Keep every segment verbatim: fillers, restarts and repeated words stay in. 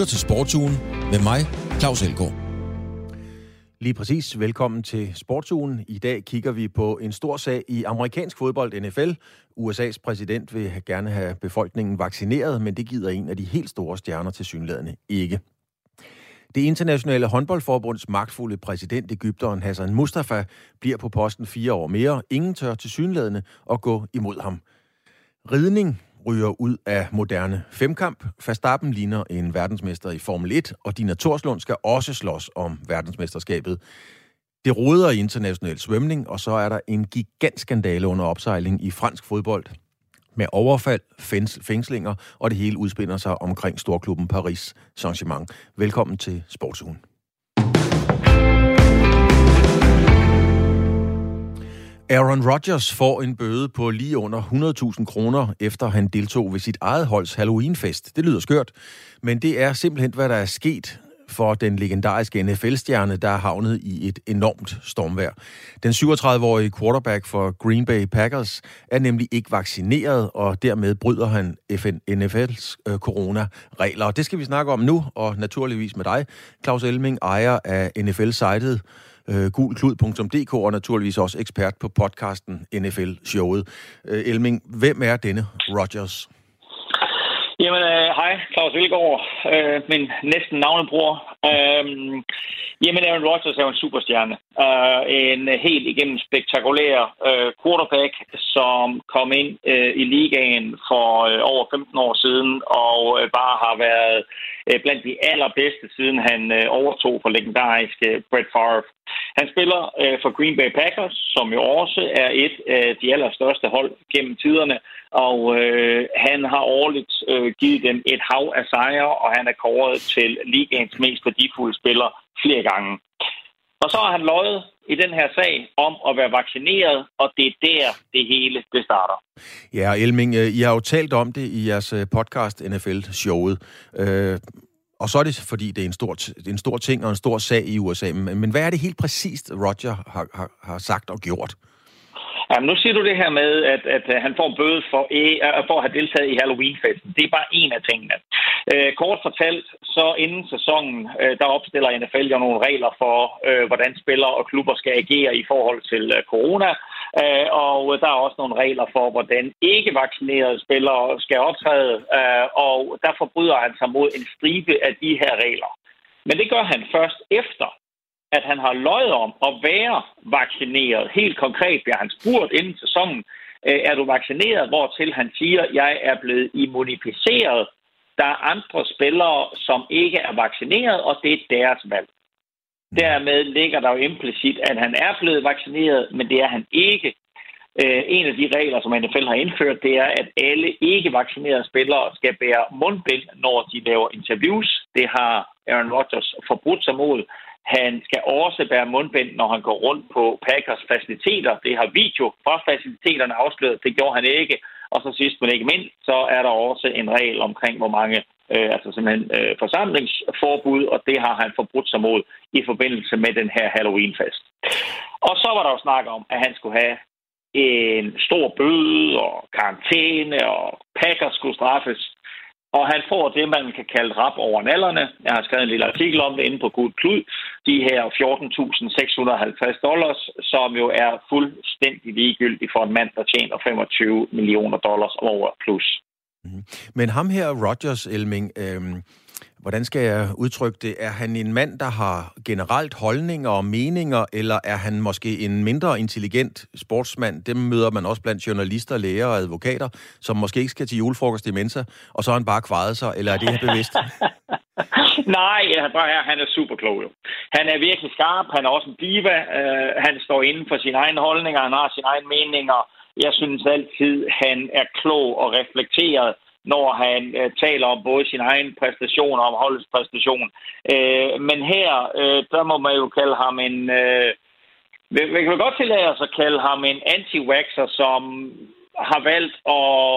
lytter til Sportsugen med mig, Claus Elgaard. Lige præcis. Velkommen til Sportsugen. I dag kigger vi på en stor sag i amerikansk fodbold, N F L. U S A's præsident vil gerne have befolkningen vaccineret, men det gider en af de helt store stjerner tilsyneladende ikke. Det internationale håndboldforbunds magtfulde præsident, Egypteren Hassan Mustafa, bliver på posten fire år mere. Ingen tør tilsyneladende at gå imod ham. Ridning ryger ud af moderne femkamp. Verstappen ligner en verdensmester i Formel et, og Dina Torslund skal også slås om verdensmesterskabet. Det roder i international svømning, og så er der en gigantskandale under opsejling i fransk fodbold. Med overfald, fængslinger, og det hele udspinder sig omkring storklubben Paris Saint-Germain. Velkommen til Sportsugen. Aaron Rodgers får en bøde på lige under hundrede tusind kroner, efter han deltog ved sit eget holds Halloweenfest. Det lyder skørt, men det er simpelthen, hvad der er sket for den legendariske N F L-stjerne, der er havnet i et enormt stormvejr. Den syvogtredive-årige quarterback for Green Bay Packers er nemlig ikke vaccineret, og dermed bryder han N F L's øh, coronaregler. Det skal vi snakke om nu, og naturligvis med dig, Claus Elming, ejer af N F L-sitet øh, gulklud punktum d k, og naturligvis også ekspert på podcasten N F L-showet. Øh, Elming, hvem er denne Rodgers? Jamen, øh, hej, Claus Elgaard, øh, min næsten navnebror. Øh, jamen, Aaron Rodgers er jo en superstjerne. Øh, en helt igennem spektakulær øh, quarterback, som kom ind øh, i ligaen for øh, over femten år siden, og øh, bare har været øh, blandt de allerbedste, siden han øh, overtog for legendariske Brett Favre. Han spiller øh, for Green Bay Packers, som jo også er et af de allerstørste hold gennem tiderne, og øh, han har årligt øh, givet dem et hav af sejre, og han er kåret til ligaens mest værdifulde spiller flere gange. Og så har han løjet i den her sag om at være vaccineret, og det er der, det hele det starter. Ja, Elming, I har jo talt om det i jeres podcast N F L-showet. Øh... Og så er det, fordi det er en stor, en stor ting og en stor sag i U S A. Men, men hvad er det helt præcist, Roger har, har, har sagt og gjort? Jamen, nu siger du det her med, at, at han får en bøde for, for at have deltaget i Halloweenfesten. Det er bare en af tingene. Øh, kort fortalt, så inden sæsonen, øh, der opstiller N F L jo nogle regler for, øh, hvordan spillere og klubber skal agere i forhold til øh, corona. Øh, og der er også nogle regler for, hvordan ikke-vaccinerede spillere skal optræde. Øh, og der forbryder han sig mod en stribe af de her regler. Men det gør han først efter, at han har løjet om at være vaccineret. Helt konkret bliver han spurgt inden sæsonen, er du vaccineret? Hvortil han siger, jeg er blevet immunificeret. Der er andre spillere, som ikke er vaccineret, og det er deres valg. Dermed ligger der jo implicit, at han er blevet vaccineret, men det er han ikke. En af de regler, som N F L har indført, det er, at alle ikke-vaccinerede spillere skal bære mundbind, når de laver interviews. Det har Aaron Rodgers forbrudt sig mod. Han skal også bære mundbind, når han går rundt på Packers faciliteter. Det har video fra faciliteterne afsløret. Det gjorde han ikke. Og så sidst, men ikke mindst, så er der også en regel omkring, hvor mange øh, altså simpelthen øh, forsamlingsforbud, og det har han forbrudt sig mod i forbindelse med den her Halloweenfest. Og så var der jo snak om, at han skulle have en stor bøde og karantæne, og Packers skulle straffes. Og han får det, man kan kalde rap over nallerne. Jeg har skrevet en lille artikel om det inde på Gul Klud. De her fjorten tusind seks hundrede og halvtreds dollars, som jo er fuldstændig ligegyldigt for en mand, der tjener femogtyve millioner dollars om året plus. Mm-hmm. Men ham her, Rodgers, Elming, øhm, hvordan skal jeg udtrykke det? Er han en mand, der har generelt holdninger og meninger, eller er han måske en mindre intelligent sportsmand? Dem møder man også blandt journalister, læger og advokater, som måske ikke skal til julefrokost i Mensa, og så har han bare kvaret sig, eller er det her bevidst? Nej, han er super klog jo. Han er virkelig skarp, han er også en diva, uh, han står inden for sine egne holdninger, han har sine egne meninger. Jeg synes altid, han er klog og reflekteret, når han øh, taler om både sin egen præstation og om holdets præstation. Øh, men her, øh, der må man jo kalde ham en... Øh, vi, vi kan godt tillade os at kalde ham en anti-vaxxer, som har valgt at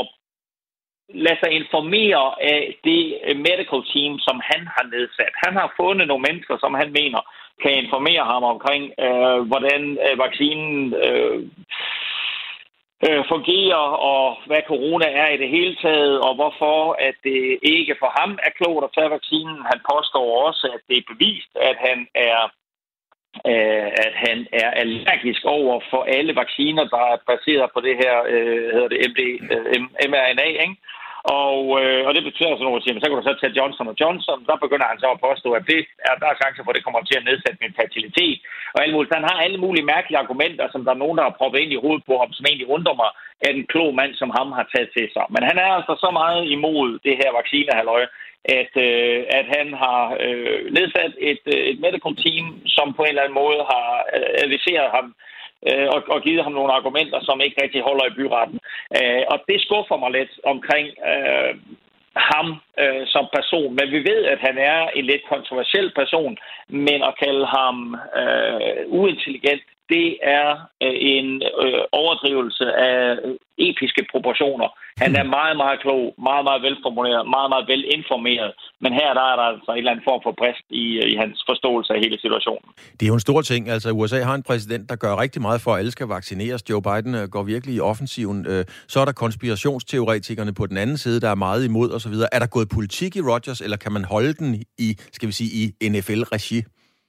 lade sig informere af det medical team, som han har nedsat. Han har fundet nogle mennesker, som han mener kan informere ham omkring, øh, hvordan øh, vaccinen... Øh, øh, fungerer, og hvad corona er i det hele taget, og hvorfor at det ikke for ham er klogt at tage vaccinen. Han påstår også, at det er bevist, at han er øh, at han er allergisk over for alle vacciner, der er baseret på det her, øh, hedder det M D, øh, M R N A, ikke? Og, øh, og det betyder sådan noget, at så kan du så tage Johnson og Johnson, der begynder han så at påstå, at det er, der er chancer for, at det kommer til at nedsætte min fertilitet. Og alle mulige. Han har alle mulige mærkelige argumenter, som der er nogen, der har proppet ind i hovedet på ham, som egentlig undrer mig, at en klog mand som ham har taget til sig. Men han er altså så meget imod det her vaccinehalløj, at, øh, at han har øh, nedsat et, et medical team, som på en eller anden måde har øh, adviseret ham, Og, og givet ham nogle argumenter, som ikke rigtig holder i byretten. Øh, og det skuffer mig lidt omkring øh, ham øh, som person. Men vi ved, at han er en lidt kontroversiel person, men at kalde ham øh, uintelligent, det er øh, en øh, overdrivelse af episke proportioner. Han er meget, meget klog, meget, meget velformuleret, meget, meget velinformeret. Men her der er der altså en eller anden form for brist i, i hans forståelse af hele situationen. Det er jo en stor ting. Altså, U S A har en præsident, der gør rigtig meget for, at alle skal vaccineres. Joe Biden går virkelig i offensiven. Så er der konspirationsteoretikerne på den anden side, der er meget imod osv. Er der gået politik i Rodgers, eller kan man holde den i, skal vi sige, i N F L-regi?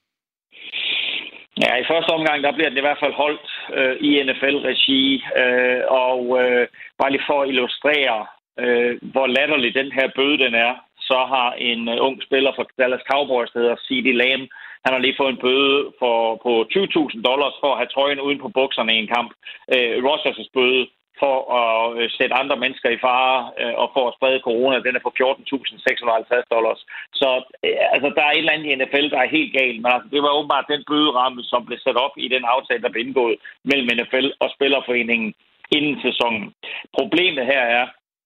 Ja, i første omgang, der bliver den i hvert fald holdt øh, i N F L-regi, øh, og øh, bare lige for at illustrere, øh, hvor latterlig den her bøde den er, så har en uh, ung spiller fra Dallas Cowboys, der hedder C D Lamb, han har lige fået en bøde for, på tyve tusind dollars for at have trøjen uden på bukserne i en kamp. Øh, Rodgers' bøde for at øh, sætte andre mennesker i fare øh, og for at sprede corona, den er på fjorten tusind seks hundrede og halvtreds dollars. Så øh, altså, der er et eller andet i N F L, der er helt galt, men altså, det var åbenbart den bøderamme, som blev sat op i den aftale, der blev indgået mellem N F L og Spillerforeningen inden sæsonen. Problemet her er,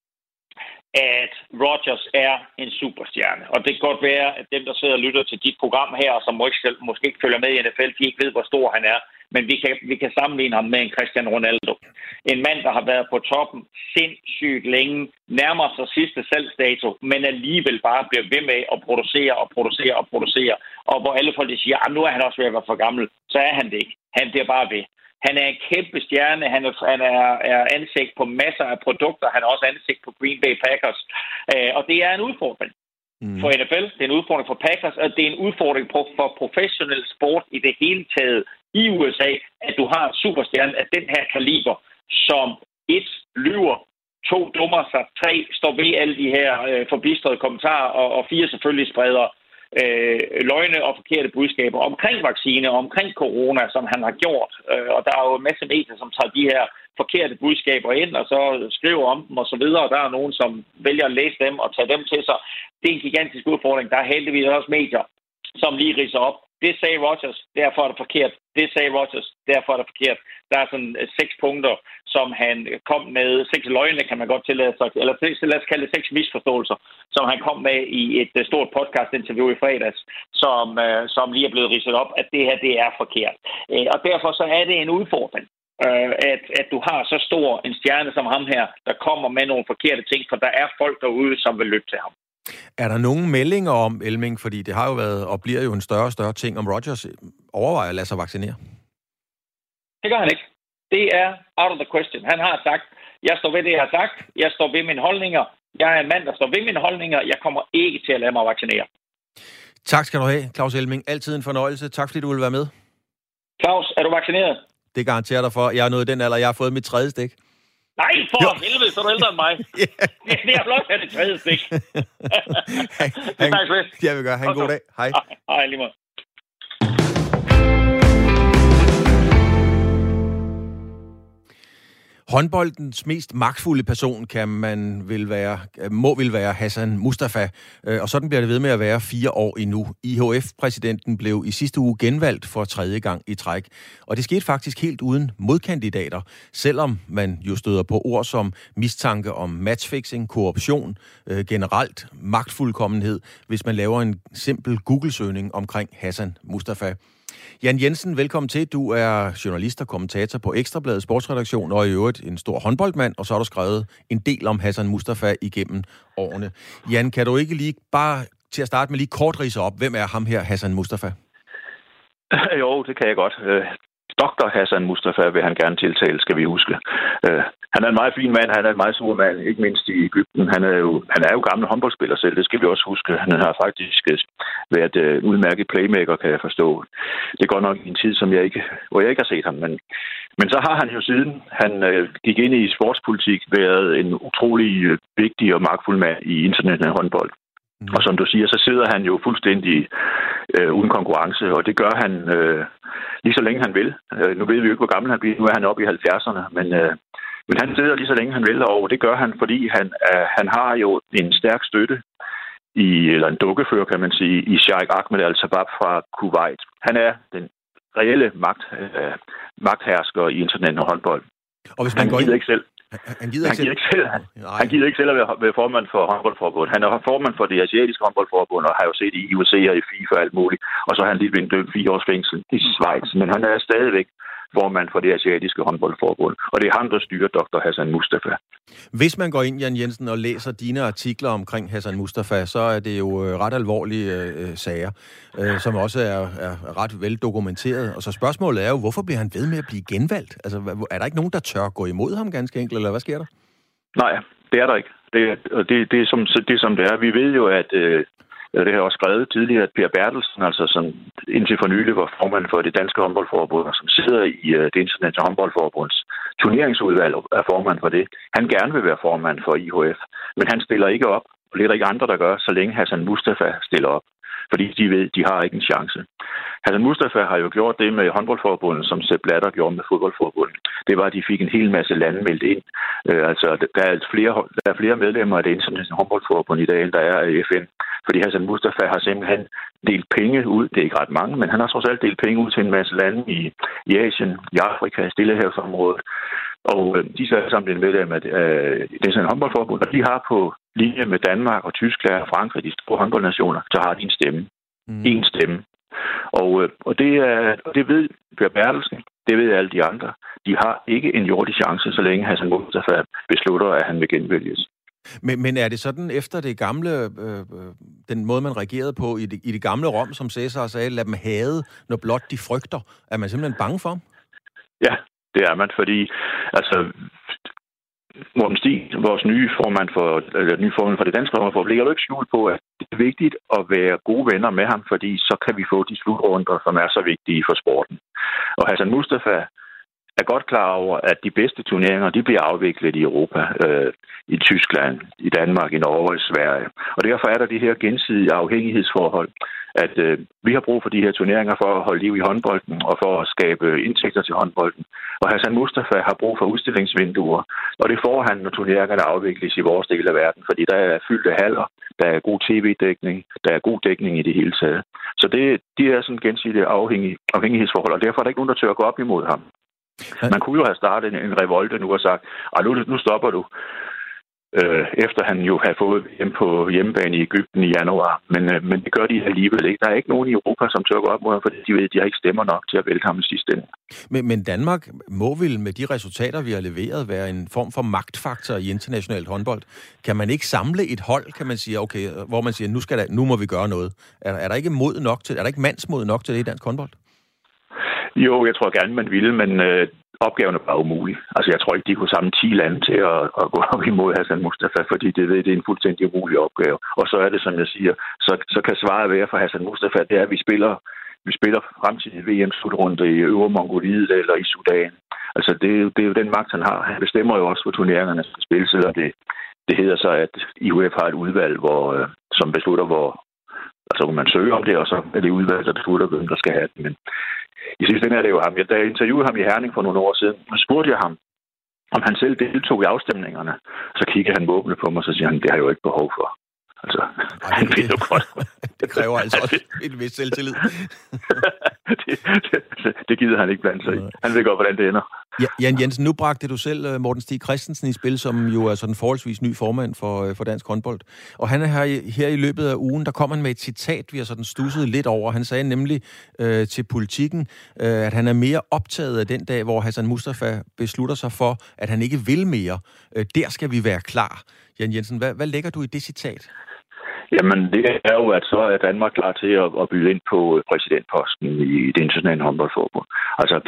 at Rodgers er en superstjerne. Og det kan godt være, at dem, der sidder og lytter til dit program her, som måske ikke følger med i N F L, de ikke ved, hvor stor han er. Men vi kan, vi kan sammenligne ham med en Cristiano Ronaldo. En mand, der har været på toppen sindssygt længe, nærmer sig sidste salgsdato, men alligevel bare bliver ved med at producere og producere og producere. Og hvor alle folk siger, at nu er han også ved at være for gammel, så er han det ikke. Han bliver bare ved. Han er en kæmpe stjerne. Han er, han er, er ansigt på masser af produkter. Han er også ansigt på Green Bay Packers. Øh, og det er en udfordring mm. for N F L. Det er en udfordring for Packers, og det er en udfordring for professionel sport i det hele taget i U S A, at du har en superstjerne af den her kaliber, som et lyver, to dummer sig, tre står ved alle de her øh, forbistrede kommentarer, og, og fire selvfølgelig spreder øh, løgne og forkerte budskaber omkring vaccine og omkring corona, som han har gjort. Øh, og der er jo en masse medier, som tager de her forkerte budskaber ind, og så skriver om dem og så videre, og der er nogen, som vælger at læse dem og tage dem til sig. Det er en gigantisk udfordring. Der er heldigvis også medier, som lige ridser op. Det sagde Rodgers, derfor er det forkert. Det sagde Rodgers, derfor er det forkert. Der er sådan seks punkter, som han kom med, seks løgne kan man godt tillade sig, eller lad os kalde det seks misforståelser, som han kom med i et stort podcast-interview i fredags, som, som lige er blevet ridset op, at det her, det er forkert. Og derfor så er det en udfordring, at, at du har så stor en stjerne som ham her, der kommer med nogle forkerte ting, for der er folk derude, som vil lytte til ham. Er der nogen meldinger om, Elming, fordi det har jo været og bliver jo en større og større ting, om Rodgers overvejer at lade sig vaccinere? Det gør han ikke. Det er out of the question. Han har sagt, jeg står ved det, jeg har sagt. Jeg står ved mine holdninger. Jeg er en mand, der står ved mine holdninger. Jeg kommer ikke til at lade mig vaccinere. Tak skal du have, Claus Elming. Altid en fornøjelse. Tak fordi du ville være med. Claus, er du vaccineret? Det garanterer dig for. Jeg er nået i den alder. Jeg har fået mit tredje stik. Nej, for jo. Helvede, så er du ældre end mig. Yeah. Det er blot, at det tredje stik. Tak, Svend. Jeg vil gøre. Ha' en god dag. Hej. Hej, lige måde. Håndboldens mest magtfulde person kan man vil være, må vil være Hassan Mustafa, og sådan bliver det ved med at være fire år endnu. I H F-præsidenten blev i sidste uge genvalgt for tredje gang i træk, og det skete faktisk helt uden modkandidater, selvom man jo støder på ord som mistanke om matchfixing, korruption, generelt magtfuldkommenhed, hvis man laver en simpel Google-søgning omkring Hassan Mustafa. Jan Jensen, velkommen til. Du er journalist og kommentator på Ekstrabladets sportsredaktion, og i øvrigt en stor håndboldmand, og så har du skrevet en del om Hassan Mustafa igennem årene. Jan, kan du ikke lige bare til at starte med lige kort ridse op, hvem er ham her, Hassan Mustafa? Jo, det kan jeg godt. doktor Hassan Mustafa vil han gerne tiltale, skal vi huske. Han er en meget fin mand, han er en meget sur mand, ikke mindst i Egypten. Han er jo, han er jo gammel håndboldspiller selv, det skal vi også huske. Han har faktisk været en udmærket playmaker, kan jeg forstå. Det går nok i en tid, som jeg ikke, hvor jeg ikke har set ham. Men, men så har han jo siden han øh, gik ind i sportspolitik været en utrolig øh, vigtig og magtfuld mand i international håndbold. Mm. Og som du siger, så sidder han jo fuldstændig øh, uden konkurrence, og det gør han øh, lige så længe han vil. Øh, nu ved vi jo ikke, hvor gammel han bliver. Nu er han oppe i halvfjerdserne, men... Øh, Men han sidder lige så længe han vil, og det gør han, fordi han, uh, han har jo en stærk støtte, i, eller en dukkefører, kan man sige, i Sheikh Ahmed al-Sabab fra Kuwait. Han er den reelle magt, uh, magthersker i international håndbold. Og hvis man han går gider ind... ikke selv. Han gider ikke, han gider ikke selv. Han, han gider ikke selv at være, være formand for håndboldforbundet. Han er formand for det asiatiske håndboldforbund, og har jo set i U C og i FIFA og alt muligt. Og så har han lige blevet dømt fire års fængsel i Schweiz. Men han er stadigvæk formand for det asiatiske håndboldforbund. Og det er ham, der styrer doktor Hassan Mustafa. Hvis man går ind, Jan Jensen, og læser dine artikler omkring Hassan Mustafa, så er det jo ret alvorlige øh, sager, øh, som også er, er ret vel dokumenteret. Og så spørgsmålet er jo, hvorfor bliver han ved med at blive genvalgt? Altså, er der ikke nogen, der tør gå imod ham ganske enkelt, eller hvad sker der? Nej, det er der ikke. Det, det, det, er, som, det er som det er. Vi ved jo, at... Øh, Det har jeg også skrevet tidligere, at Per Bertelsen, altså som indtil for nylig var formand for det danske håndboldforbund, og som sidder i uh, det internationale håndboldforbunds turneringsudvalg og er formand for det. Han gerne vil være formand for I H F, men han stiller ikke op, og det er der ikke andre, der gør, så længe Hassan Mustafa stiller op. Fordi de ved, de har ikke en chance. Hassan Mustafa har jo gjort det med håndboldforbundet, som Sepp Blatter gjorde med fodboldforbundet. Det var, at de fik en hel masse lande meldt ind. Øh, altså, der er, flere, der er flere medlemmer af det internationale håndboldforbund i dag, end der er af F N. Fordi Hassan Mustafa har simpelthen delt penge ud. Det er ikke ret mange, men han har trods alt delt penge ud til en masse lande i, i Asien, i Afrika, i Stillehavsområdet. Og øh, de er sammen blevet medlemmer af øh, det internationale håndboldforbund, og de har på linje med Danmark og Tyskland og Frankrig, de store håndboldnationer, så har de en stemme. Mm. En stemme. Og, øh, og, det er, og det ved Per Bertelsen, det ved alle de andre. De har ikke en jordisk chance, så længe Hassan Mustafa beslutter, at han vil genvælges. Men, men er det sådan efter det gamle, øh, den måde, man reagerede på i det, i det gamle Rom, som Cæsar sagde, lad dem hade, når blot de frygter? Er man simpelthen bange for dem? Ja, det er man, fordi altså... Morten Stig, vores nye formand for, eller nye formand for det danske håndboldforbund, lægger jo ikke skjul på, at det er vigtigt at være gode venner med ham, fordi så kan vi få de slutrunder, som er så vigtige for sporten. Og Hassan Mustafa er godt klar over, at de bedste turneringer, de bliver afviklet i Europa, øh, i Tyskland, i Danmark, i Norge, i Sverige. Og derfor er der de her gensidige afhængighedsforhold, at øh, vi har brug for de her turneringer for at holde liv i håndbolden og for at skabe indtægter til håndbolden. Og Hassan Mustafa har brug for udstillingsvinduer, og det får han, når turneringerne afvikles i vores del af verden, fordi der er fyldte haller, der er god tv-dækning, der er god dækning i det hele taget. Så det, de er sådan gensidige afhængig, afhængighedsforhold, og derfor er der ikke nogen, der tør gå op imod ham. Man kunne jo have startet en, en revolte nu og sagt, nu, nu stopper du, øh, efter han jo har fået hjem på hjemmebane i Egypten i januar. Men, øh, men det gør de alligevel ikke. Der er ikke nogen i Europa, som tør gå op mod ham, fordi de ved, at de har ikke stemmer nok til at vælte ham i sidste ende. Men, men Danmark må vel med de resultater, vi har leveret, være en form for magtfaktor i internationalt håndbold. Kan man ikke samle et hold, kan man sige, okay, hvor man siger, nu, skal der, nu må vi gøre noget? Er, er der ikke mod nok til, er der ikke mandsmod nok til det i dansk håndbold? Jo, jeg tror gerne, man ville, men øh, opgaven er bare umulig. Altså, jeg tror ikke, de kunne samle ti lande til at, at gå op imod Hassan Mustafa, fordi det, det er en fuldstændig umulig opgave. Og så er det, som jeg siger, så, så kan svaret være for Hassan Mustafa, det er, at vi spiller, vi spiller frem til V M-slutrunde i Øvre Mongoliet eller i Sudan. Altså, det, det er jo den magt, han har. Han bestemmer jo også, hvor turneringerne skal spilles, og det, det hedder så, at I H F har et udvalg, hvor, som beslutter, hvor altså, hvor man søger om det, og så er det udvalg, der beslutter, hvem der skal have det. Men i sidste ende er det jo ham. Da jeg interviewede ham i Herning for nogle år siden, og spurgte jeg ham, om han selv deltog i afstemningerne. Så kiggede han måbende på mig, og så siger han, det har jeg jo ikke behov for. Altså, Ej, det, det, det, godt. Det kræver altså også et vis selvtillid. det, det, det gider han ikke blande sig i. Han ved godt, hvordan det ender. Ja, Jan Jensen, nu bragte du selv Morten Stig Christensen i spil, som jo er sådan forholdsvis ny formand for, for dansk håndbold. Og han er her, her i løbet af ugen, der kom han med et citat, vi har sådan stusset lidt over. Han sagde nemlig øh, til Politikken, øh, at han er mere optaget af den dag, hvor Hassan Mustafa beslutter sig for, at han ikke vil mere. Øh, der skal vi være klar. Jan Jensen, hvad, hvad lægger du i det citat? Jamen, det er jo, at så er Danmark klar til at, at byde ind på præsidentposten i det internationale håndboldforbund. Altså, Per,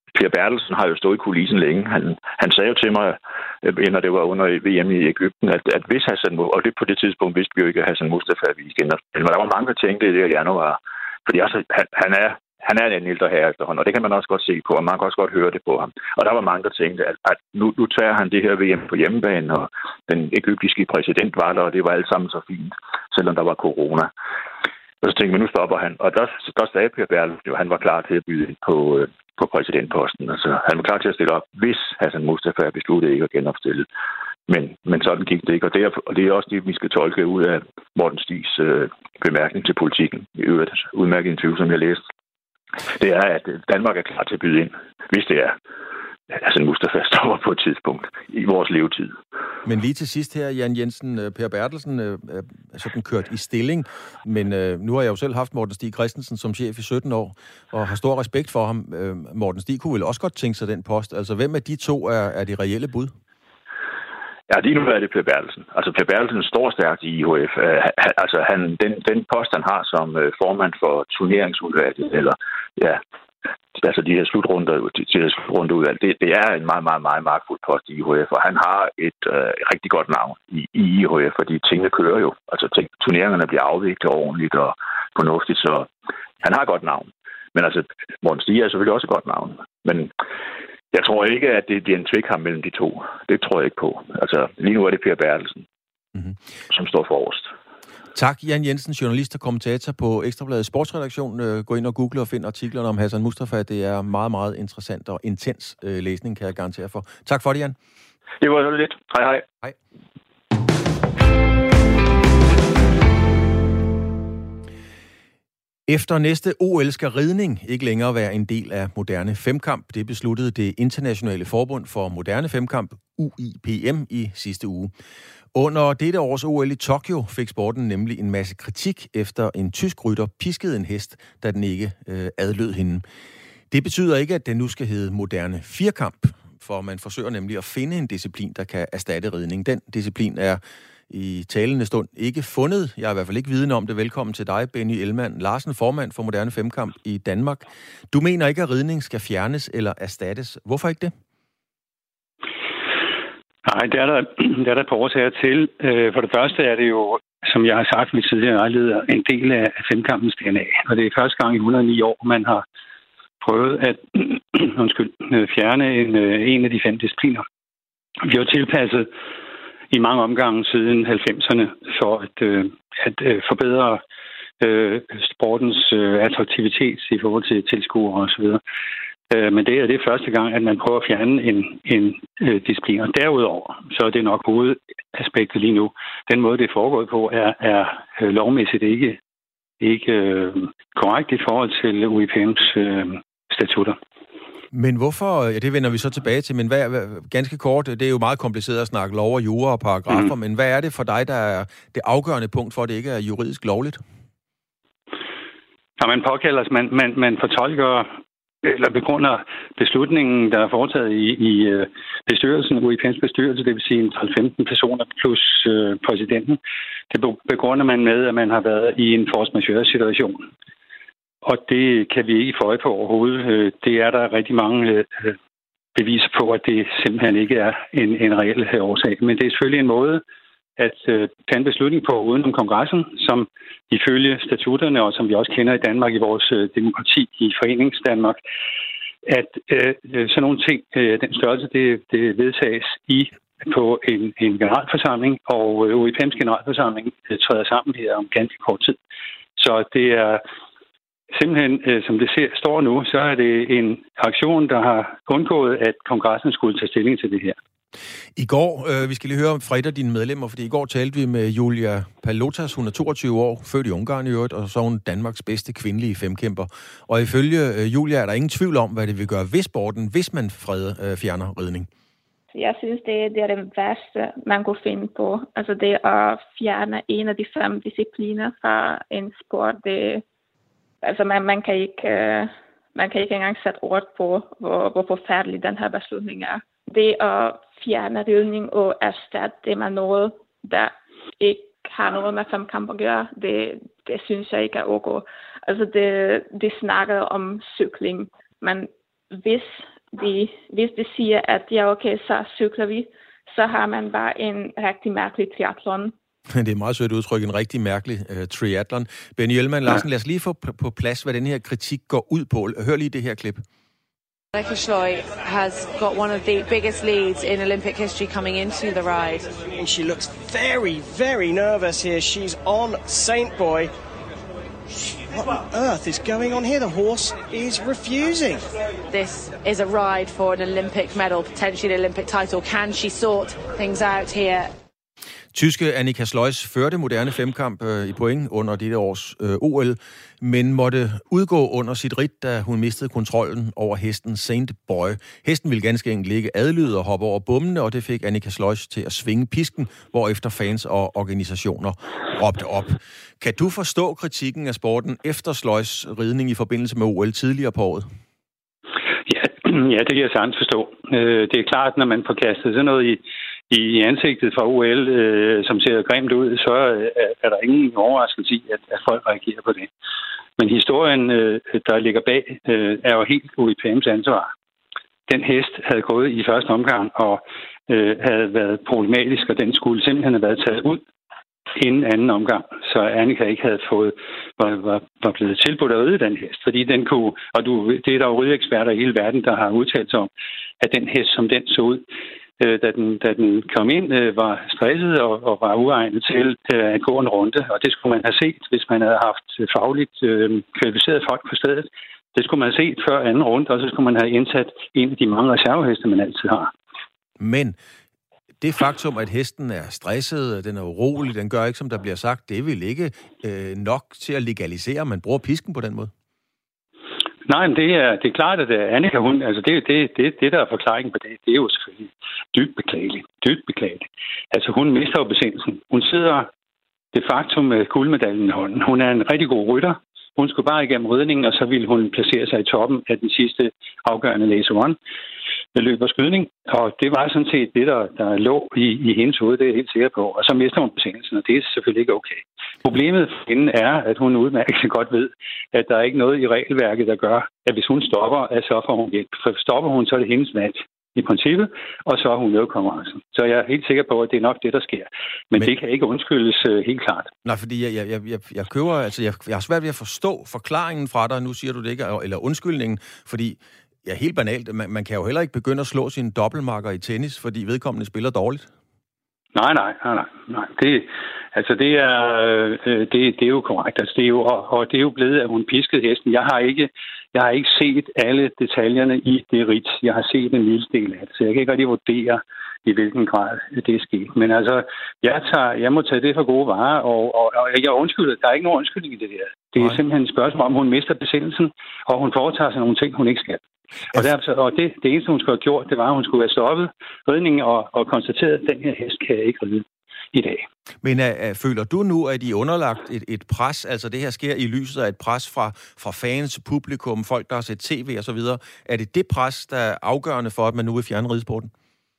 Per Bertelsen har jo stået i kulissen længe. Han, han sagde jo til mig, når det var under V M i Egypten, at, at hvis Hassan, og det på det tidspunkt vidste vi jo ikke, at Hassan Mustafa ville genopstille. Men der var mange, der tænkte i det i januar. Fordi altså, han, han er Han er en ældre herre efterhånden, og det kan man også godt se på, og man kan også godt høre det på ham. Og der var mange, der tænkte, at, at nu, nu tager han det her V M på hjemmebane, og den egyptiske præsident var der, og det var alt sammen så fint, selvom der var corona. Og så tænkte man, nu stopper han. Og der, der sagde Per Bertelsen jo, han var klar til at byde ind på, på præsidentposten. Altså, han var klar til at stille op, hvis Hassan Mustafa besluttede ikke at genopstille. Men, men sådan gik det ikke, og det, er, og det er også det, vi skal tolke ud af Morten Stigs øh, bemærkning til politikken. I øvrigt udmærket interview, som jeg læste. Det er, at Danmark er klar til at byde ind, hvis det er Hassan Mustafa stopper på et tidspunkt i vores levetid. Men lige til sidst her, Jan Jensen, Per Bertelsen er sådan kørt i stilling, men øh, nu har jeg jo selv haft Morten Stig Christensen som chef i sytten år, og har stor respekt for ham. Øh, Morten Stig kunne vel også godt tænke sig den post. Altså, hvem af de to er, er de reelle bud? Ja, lige nu er det Per Bertelsen. Altså, Per Bertelsen står stærkt i I H F. Uh, han, altså, han, den, den post, han har som uh, formand for turneringsudvalget, eller ja, altså de her slutrunder, de her slutrundeudvalg, det, det er en meget, meget, meget magtfuld post i I H F, og han har et uh, rigtig godt navn i, i I H F, fordi tingene kører jo. Altså, ting, turneringerne bliver afviklet ordentligt og fornuftigt, så han har et godt navn. Men altså, Morten Stig er selvfølgelig også et godt navn. Men jeg tror ikke, at det bliver en tvikkamp mellem de to. Det tror jeg ikke på. Altså, lige nu er det Per Bertelsen, mm-hmm. som står forrest. Tak, Jan Jensen, journalist og kommentator på Ekstrabladets sportsredaktion. Gå ind og google og find artiklerne om Hassan Mustafa. Det er meget, meget interessant og intens øh, læsning, kan jeg garantere for. Tak for det, Jan. Det var lidt. Hej, hej. Hej. Efter næste O L skal ridning ikke længere være en del af moderne femkamp. Det besluttede det internationale forbund for moderne femkamp, U I P M, i sidste uge. Under dette års O L i Tokyo fik sporten nemlig en masse kritik efter en tysk rytter piskede en hest, da den ikke øh, adlød hende. Det betyder ikke, at den nu skal hedde moderne firkamp, for man forsøger nemlig at finde en disciplin, der kan erstatte ridning. Den disciplin er i talende stund ikke fundet. Jeg er i hvert fald ikke viden om det. Velkommen til dig, Benny Ellemann Larsen, formand for moderne femkamp i Danmark. Du mener ikke, at ridning skal fjernes eller erstattes. Hvorfor ikke det? Nej, det er der, det er der et par årsager til. For det første er det jo, som jeg har sagt ved tidligere lejligheder, en del af femkampens D N A. Og det er første gang i et hundrede og ni år, man har prøvet at undskyld, fjerne en, en af de fem discipliner. Vi har jo tilpasset i mange omgange siden halvfemserne for at, øh, at øh, forbedre øh, sportens øh, attraktivitet i forhold til tilskuere osv. Øh, men det er det første gang, at man prøver at fjerne en, en øh, disciplin. Og derudover, så er det nok hovedaspektet lige nu. Den måde, det er foregået på, er, er øh, lovmæssigt ikke, ikke øh, korrekt i forhold til U I P M's øh, statutter. Men hvorfor, ja, det vender vi så tilbage til, men hvad, hvad, ganske kort, det er jo meget kompliceret at snakke lov og jura og paragrafer, mm. men hvad er det for dig, der er det afgørende punkt for, at det ikke er juridisk lovligt? Når man påkalder, man, man, man fortolker eller begrunder beslutningen, der er foretaget i, i bestyrelsen, U I P M's bestyrelse, det vil sige tolv femten personer plus øh, præsidenten, det begrunder man med, at man har været i en force majeure situation. Og det kan vi ikke få øje på overhovedet. Det er der rigtig mange beviser på, at det simpelthen ikke er en, en reel årsag. Men det er selvfølgelig en måde at tage en beslutning på uden om kongressen, som ifølge statutterne, og som vi også kender i Danmark i vores demokrati i Foreningsdanmark, at øh, sådan nogle ting, øh, den størrelse, det, det vedtages i på en, en generalforsamling, og U I P M's generalforsamling træder sammen her om ganske kort tid. Så det er simpelthen, øh, som det ser, står nu, så er det en aktion, der har undgået, at kongressen skulle tage stilling til det her. I går, øh, vi skal lige høre om fredag dine medlemmer, fordi i går talte vi med Julia Palotas, hun er toogtyve år, født i Ungarn i øvrigt, og så er hun Danmarks bedste kvindelige femkæmper. Og ifølge øh, Julia er der ingen tvivl om, hvad det vil gøre ved sporten, hvis man freder, øh, fjerner ridning. Jeg synes, det, det er det værste, man kunne finde på. Altså det at fjerne en af de fem discipliner fra en sport, det altså man, man kan ikke øh, man kan ikke engang sætte ord på, hvor, hvor forfærdelig den her beslutning er. Det at fjerne ridning og erstatte det med noget, der ikke har noget med femkamp at gøre, det, det synes jeg ikke er ok. Altså det, de snakker om cykling, men hvis de, hvis de siger, at ja, okay, så cykler vi, så har man bare en rigtig mærkelig triathlon. Det er meget sødt udtryk, en rigtig mærkelig uh, triathlon. Benny Ellemann Larsen, lad os lige få på plads, hvad den her kritik går ud på. Hør lige det her klip. Annika Schleu has got one of the biggest leads in Olympic history coming into the ride. And she looks very, very nervous here. She's on Saint Boy. What on earth is going on here? The horse is refusing. This is a ride for an Olympic medal, potentially an Olympic title. Can she sort things out here? Tyske Annika Schleus førte moderne femkamp øh, i point under dette års øh, O L, men måtte udgå under sit ridt, da hun mistede kontrollen over hesten Saint Boy. Hesten ville ganske enkelt ligge adlydet og hoppe over bommene, og det fik Annika Schleus til at svinge pisken, hvorefter fans og organisationer råbte op. Kan du forstå kritikken af sporten efter Schleus ridning i forbindelse med O L tidligere på året? Ja, ja, det kan jeg sagtens forstå. Det er klart, når man får kastet sådan noget i i ansigtet fra O L, øh, som ser grimt ud, så er, er der ingen overraskelse i, at, at folk reagerer på det. Men historien, øh, der ligger bag, øh, er jo helt U I P M's ansvar. Den hest havde gået i første omgang og øh, havde været problematisk, og den skulle simpelthen have været taget ud inden anden omgang, så Annika ikke havde fået, var, var, var blevet tilbudt at ride den hest, fordi den kunne, og du, det er der jo rideeksperter i hele verden, der har udtalt sig om, at den hest, som den så ud, øh, da, den, da den kom ind, øh, var stresset og, og var uegnet til øh, at gå en runde, og det skulle man have set, hvis man havde haft fagligt øh, kvalificeret folk på stedet. Det skulle man have set før anden runde, og så skulle man have indsat en af de mange reserveheste, man altid har. Men det faktum, at hesten er stresset, den er urolig, den gør ikke, som der bliver sagt, det vil ikke øh, nok til at legalisere, man bruger pisken på den måde. Nej, men det er, det er klart, at Annika, hun, altså det, det, det, det, der er forklaringen på det, det er jo selvfølgelig dybt beklageligt. Dybt beklageligt. Altså hun mister jo besindelsen. Hun sidder de facto med guldmedaljen i hånden. Hun er en rigtig god rytter. Hun skulle bare igennem ridningen, og så ville hun placere sig i toppen af den sidste afgørende Laser One med løb og skydning. Og det var sådan set det, der, der lå i, i hendes hoved, det er jeg helt sikker på. Og så mister hun besindelsen, og det er selvfølgelig ikke okay. Problemet for hende er, at hun udmærket godt ved, at der er ikke noget i regelværket, der gør, at hvis hun stopper, at så får hun hjælp. For stopper hun, så er det hendes match i princippet, og så er hun med i konkurrencen. Så jeg er helt sikker på, at det er nok det, der sker. Men, Men det kan ikke undskyldes uh, helt klart. Nej, fordi jeg, jeg, jeg, jeg køber, altså jeg, jeg har svært ved at forstå forklaringen fra dig, nu siger du det ikke, eller undskyldningen, fordi ja, helt banalt, man, man kan jo heller ikke begynde at slå sine dobbeltmarker i tennis, fordi vedkommende spiller dårligt. Nej, nej, nej, nej. nej. Det, altså det er, øh, det, det er jo korrekt. Altså det er jo, og, og det er jo blevet, at hun piskede hesten. Jeg har ikke, jeg har ikke set alle detaljerne i det rit. Jeg har set en lille del af det, så jeg kan ikke rigtig vurdere, i hvilken grad det er sket. Men altså, jeg, tager, jeg må tage det for gode varer, og, og, og jeg undskylder. Der er ikke nogen undskyldning i det der. Det er Nej. simpelthen et spørgsmål om, hun mister besindelsen, og hun foretager sig nogle ting, hun ikke skal. Og, der, og det, det eneste, hun skulle have gjort, det var, at hun skulle have stoppet ridningen og, og konstateret, at den her hest kan jeg ikke ride i dag. Men uh, føler du nu, at I er underlagt et, et pres, altså det her sker i lyset af et pres fra, fra fans, publikum, folk, der har set tv og så videre. Er det det pres, der er afgørende for, at man nu vil fjerne ridesporten?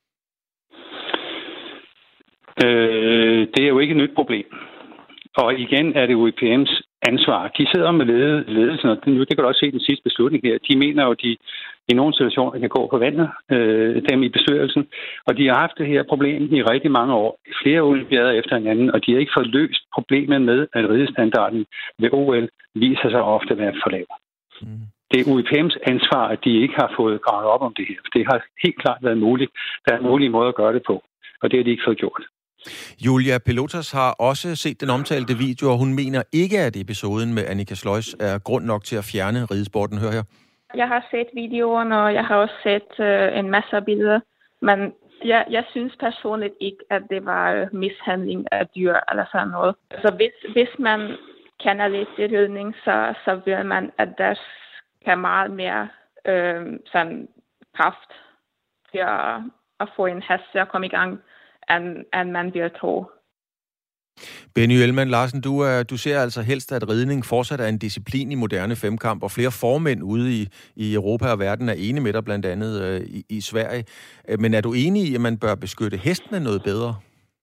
Øh, det er jo ikke et nyt problem. Og igen er det U I P M's ansvar. De sidder med ledelsen, og det kan du også se i den sidste beslutning her. De mener jo, at de i nogle situationer kan gå på vandet, øh, dem i bestyrelsen. Og de har haft det her problem i rigtig mange år. Flere olympiader efter hinanden, og de har ikke fået løst problemet med, at ridestandarden ved O L viser sig ofte at være for lav. Mm. Det er U I P M's ansvar, at de ikke har fået gravet op om det her. Det har helt klart været muligt. Der er en mulig måde at gøre det på, og det har de ikke fået gjort. Julia Pelotas har også set den omtalte video, og hun mener ikke, at episoden med Annika Schleus er grund nok til at fjerne ridesporten. Hør her. Jeg har set videoen, og jeg har også set uh, en masse af billeder, men jeg, jeg synes personligt ikke, at det var uh, mishandling af dyr eller sådan noget. Så hvis, hvis man kender lidt til ridning, så, så vil man, at der skal meget mere uh, sådan kraft til at, at få en hest til at komme i gang, end, end man vil tro. Benny Ellemann Larsen, du, er, du ser altså helst, at ridning fortsat er en disciplin i moderne femkamp, og flere formænd ude i, i Europa og verden er enige med dig, blandt andet øh, i, i Sverige. Men er du enig i, at man bør beskytte hestene noget bedre?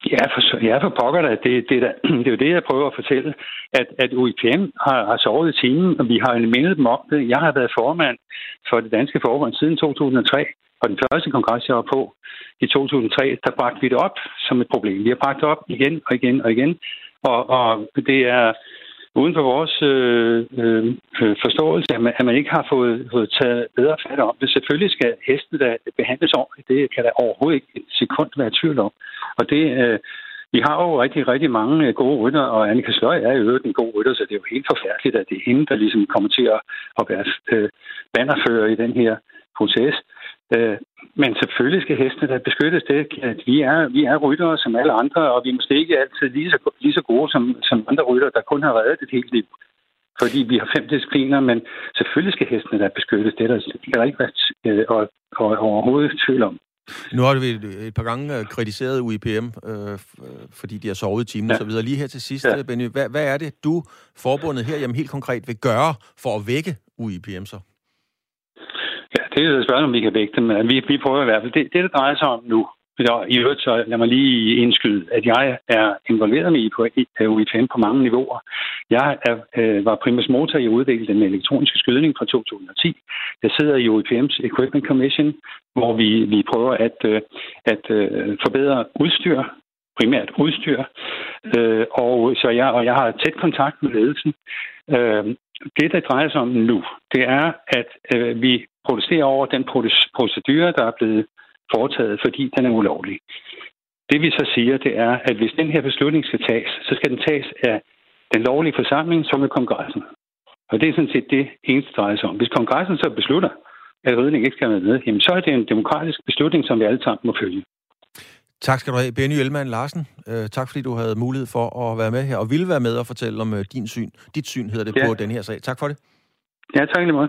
Ja, for, ja, for pokker da. Det, det, er det er jo det, jeg prøver at fortælle, at, at U I P M har, har sovet i timen, og vi har mindet dem om det. Jeg har været formand for det danske forbund siden to tusind og tre, og den første kongres, jeg var på i to tusind og tre, der bragte vi det op som et problem. Vi har bragt det op igen og igen og igen, og, og det er uden for vores øh, øh, forståelse, at man, at man ikke har fået, fået taget bedre fat om det. Selvfølgelig skal hesten da behandles ordentligt. Det kan der overhovedet ikke et sekund være i tvivl om. Og det, øh, vi har jo rigtig, rigtig mange gode rytter, og Annika Sløj er jo øvrigt en god rytter, så det er jo helt forfærdeligt, at det er hende, der ligesom kommer til at, at være øh, bannerfører i den her proces. Øh, men selvfølgelig skal hestene da beskyttes det, at vi er, vi er ryttere som alle andre, og vi er måske ikke altid lige så, lige så gode som, som andre ryttere, der kun har reddet et helt liv. Fordi vi har fem discipliner, men selvfølgelig skal hestene da beskyttes. Det er der, det er ikke været øh, og, og overhovedet tvivl om. Nu har vi et par gange kritiseret U I P M, øh, fordi de har sovet i timen ja. og så videre. Lige her til sidst, ja. Benny, hvad, hvad er det, du, forbundet her, jamen helt konkret vil gøre for at vække U I P M så? Ja, det er et spørgsmål, om vi kan vække dem. Vi, vi prøver i hvert fald. Det, det, det drejer sig om nu. I øvrigt, så lad mig lige indskyde, at jeg er involveret med U I P M på mange niveauer. Jeg er, øh, var primus motor i at udvikle den elektroniske skydning fra to tusind og ti. Jeg sidder i U I P M's Equipment Commission, hvor vi, vi prøver at, øh, at øh, forbedre udstyr, primært udstyr. Øh, og, så jeg, og jeg har tæt kontakt med ledelsen. Øh, det, der drejer sig om nu, det er, at øh, vi protesterer over den procedure, der er blevet foretaget, fordi den er ulovlig. Det vi så siger, det er, at hvis den her beslutning skal tages, så skal den tages af den lovlige forsamling, som er kongressen. Og det er sådan set det eneste drejer sig om. Hvis kongressen så beslutter, at ridning ikke skal være med, jamen, så er det en demokratisk beslutning, som vi alle sammen må følge. Tak skal du have, Benny Ellemann Larsen. Uh, tak fordi du havde mulighed for at være med her, og ville være med og fortælle om uh, din syn. Dit syn hedder det ja. på den her sag. Tak for det. Ja, tak lige meget.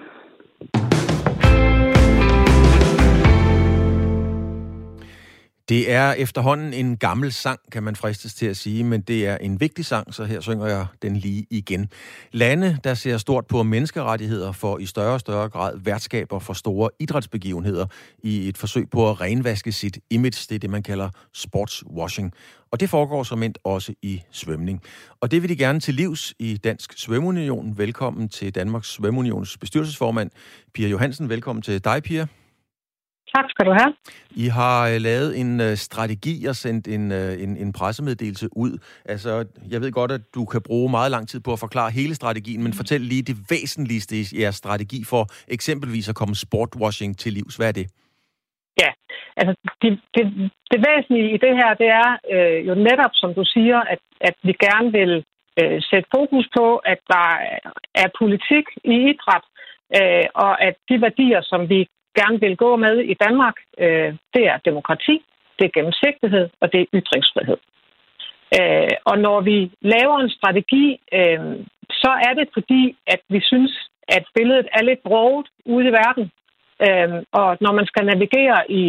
Det er efterhånden en gammel sang, kan man fristes til at sige, men det er en vigtig sang, så her synger jeg den lige igen. Lande, der ser stort på menneskerettigheder, får i større og større grad værtskaber for store idrætsbegivenheder i et forsøg på at renvaske sit image. Det er det, man kalder sportswashing. Og det foregår som endt også i svømning. Og det vil de gerne til livs i Dansk Svømmeunion. Velkommen til Danmarks Svømmeunions bestyrelsesformand, Pia Johansen. Velkommen til dig, Pia. Tak skal du have. I har uh, lavet en uh, strategi og sendt en, uh, en, en pressemeddelelse ud. Altså, jeg ved godt, at du kan bruge meget lang tid på at forklare hele strategien, men fortæl lige det væsentligste i jeres strategi for eksempelvis at komme sportwashing til livs. Hvad er det? Ja, altså det, det, det væsentlige i det her, det er øh, jo netop, som du siger, at, at vi gerne vil øh, sætte fokus på, at der er politik i idræt, øh, og at de værdier, som vi gerne vil gå med i Danmark, øh, det er demokrati, det er gennemsigtighed, og det er ytringsfrihed. Øh, og når vi laver en strategi, øh, så er det fordi, at vi synes, at billedet er lidt broget ude i verden. Øh, og når man skal navigere i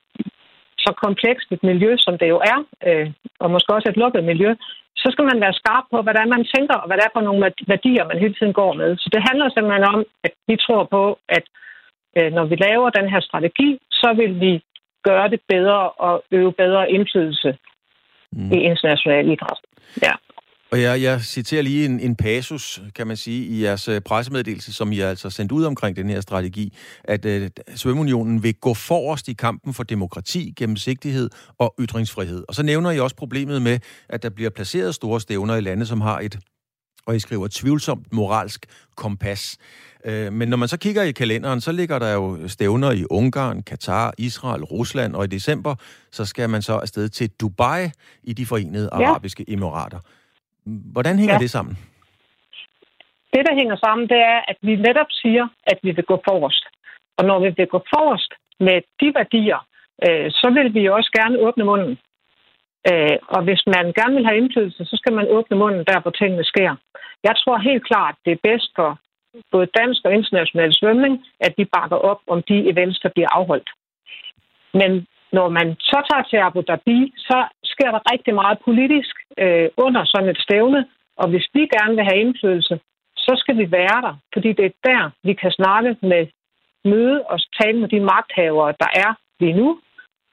så komplekst et miljø, som det jo er, øh, og måske også et lukket miljø, så skal man være skarp på, hvordan man tænker, og hvad det er for nogle værdier, man hele tiden går med. Så det handler simpelthen om, at vi tror på, at når vi laver den her strategi, så vil vi gøre det bedre og øve bedre indflydelse mm. i international idræt. Ja. Og jeg, jeg citerer lige en, en passus, kan man sige, i jeres pressemeddelelse, som I har altså sendt ud omkring den her strategi, at øh, Svømmeunionen vil gå forrest i kampen for demokrati, gennemsigtighed og ytringsfrihed. Og så nævner I også problemet med, at der bliver placeret store stævner i lande, som har et, og I skriver, tvivlsomt moralsk kompas. Men når man så kigger i kalenderen, så ligger der jo stævner i Ungarn, Katar, Israel, Rusland, og i december, så skal man så afsted til Dubai i de Forenede ja. Arabiske Emirater. Hvordan hænger ja. det sammen? Det, der hænger sammen, det er, at vi netop siger, at vi vil gå forrest. Og når vi vil gå forrest med de værdier, øh, så vil vi også gerne åbne munden. Øh, og hvis man gerne vil have indflydelse, så skal man åbne munden der, hvor tingene sker. Jeg tror helt klart, det er bedst for både dansk og international svømning, at vi bakker op om de events, der bliver afholdt. Men når man så tager til Abu Dhabi, så sker der rigtig meget politisk øh, under sådan et stævne, og hvis vi gerne vil have indflydelse, så skal vi være der, fordi det er der, vi kan snakke med, møde og tale med de magthavere, der er lige nu,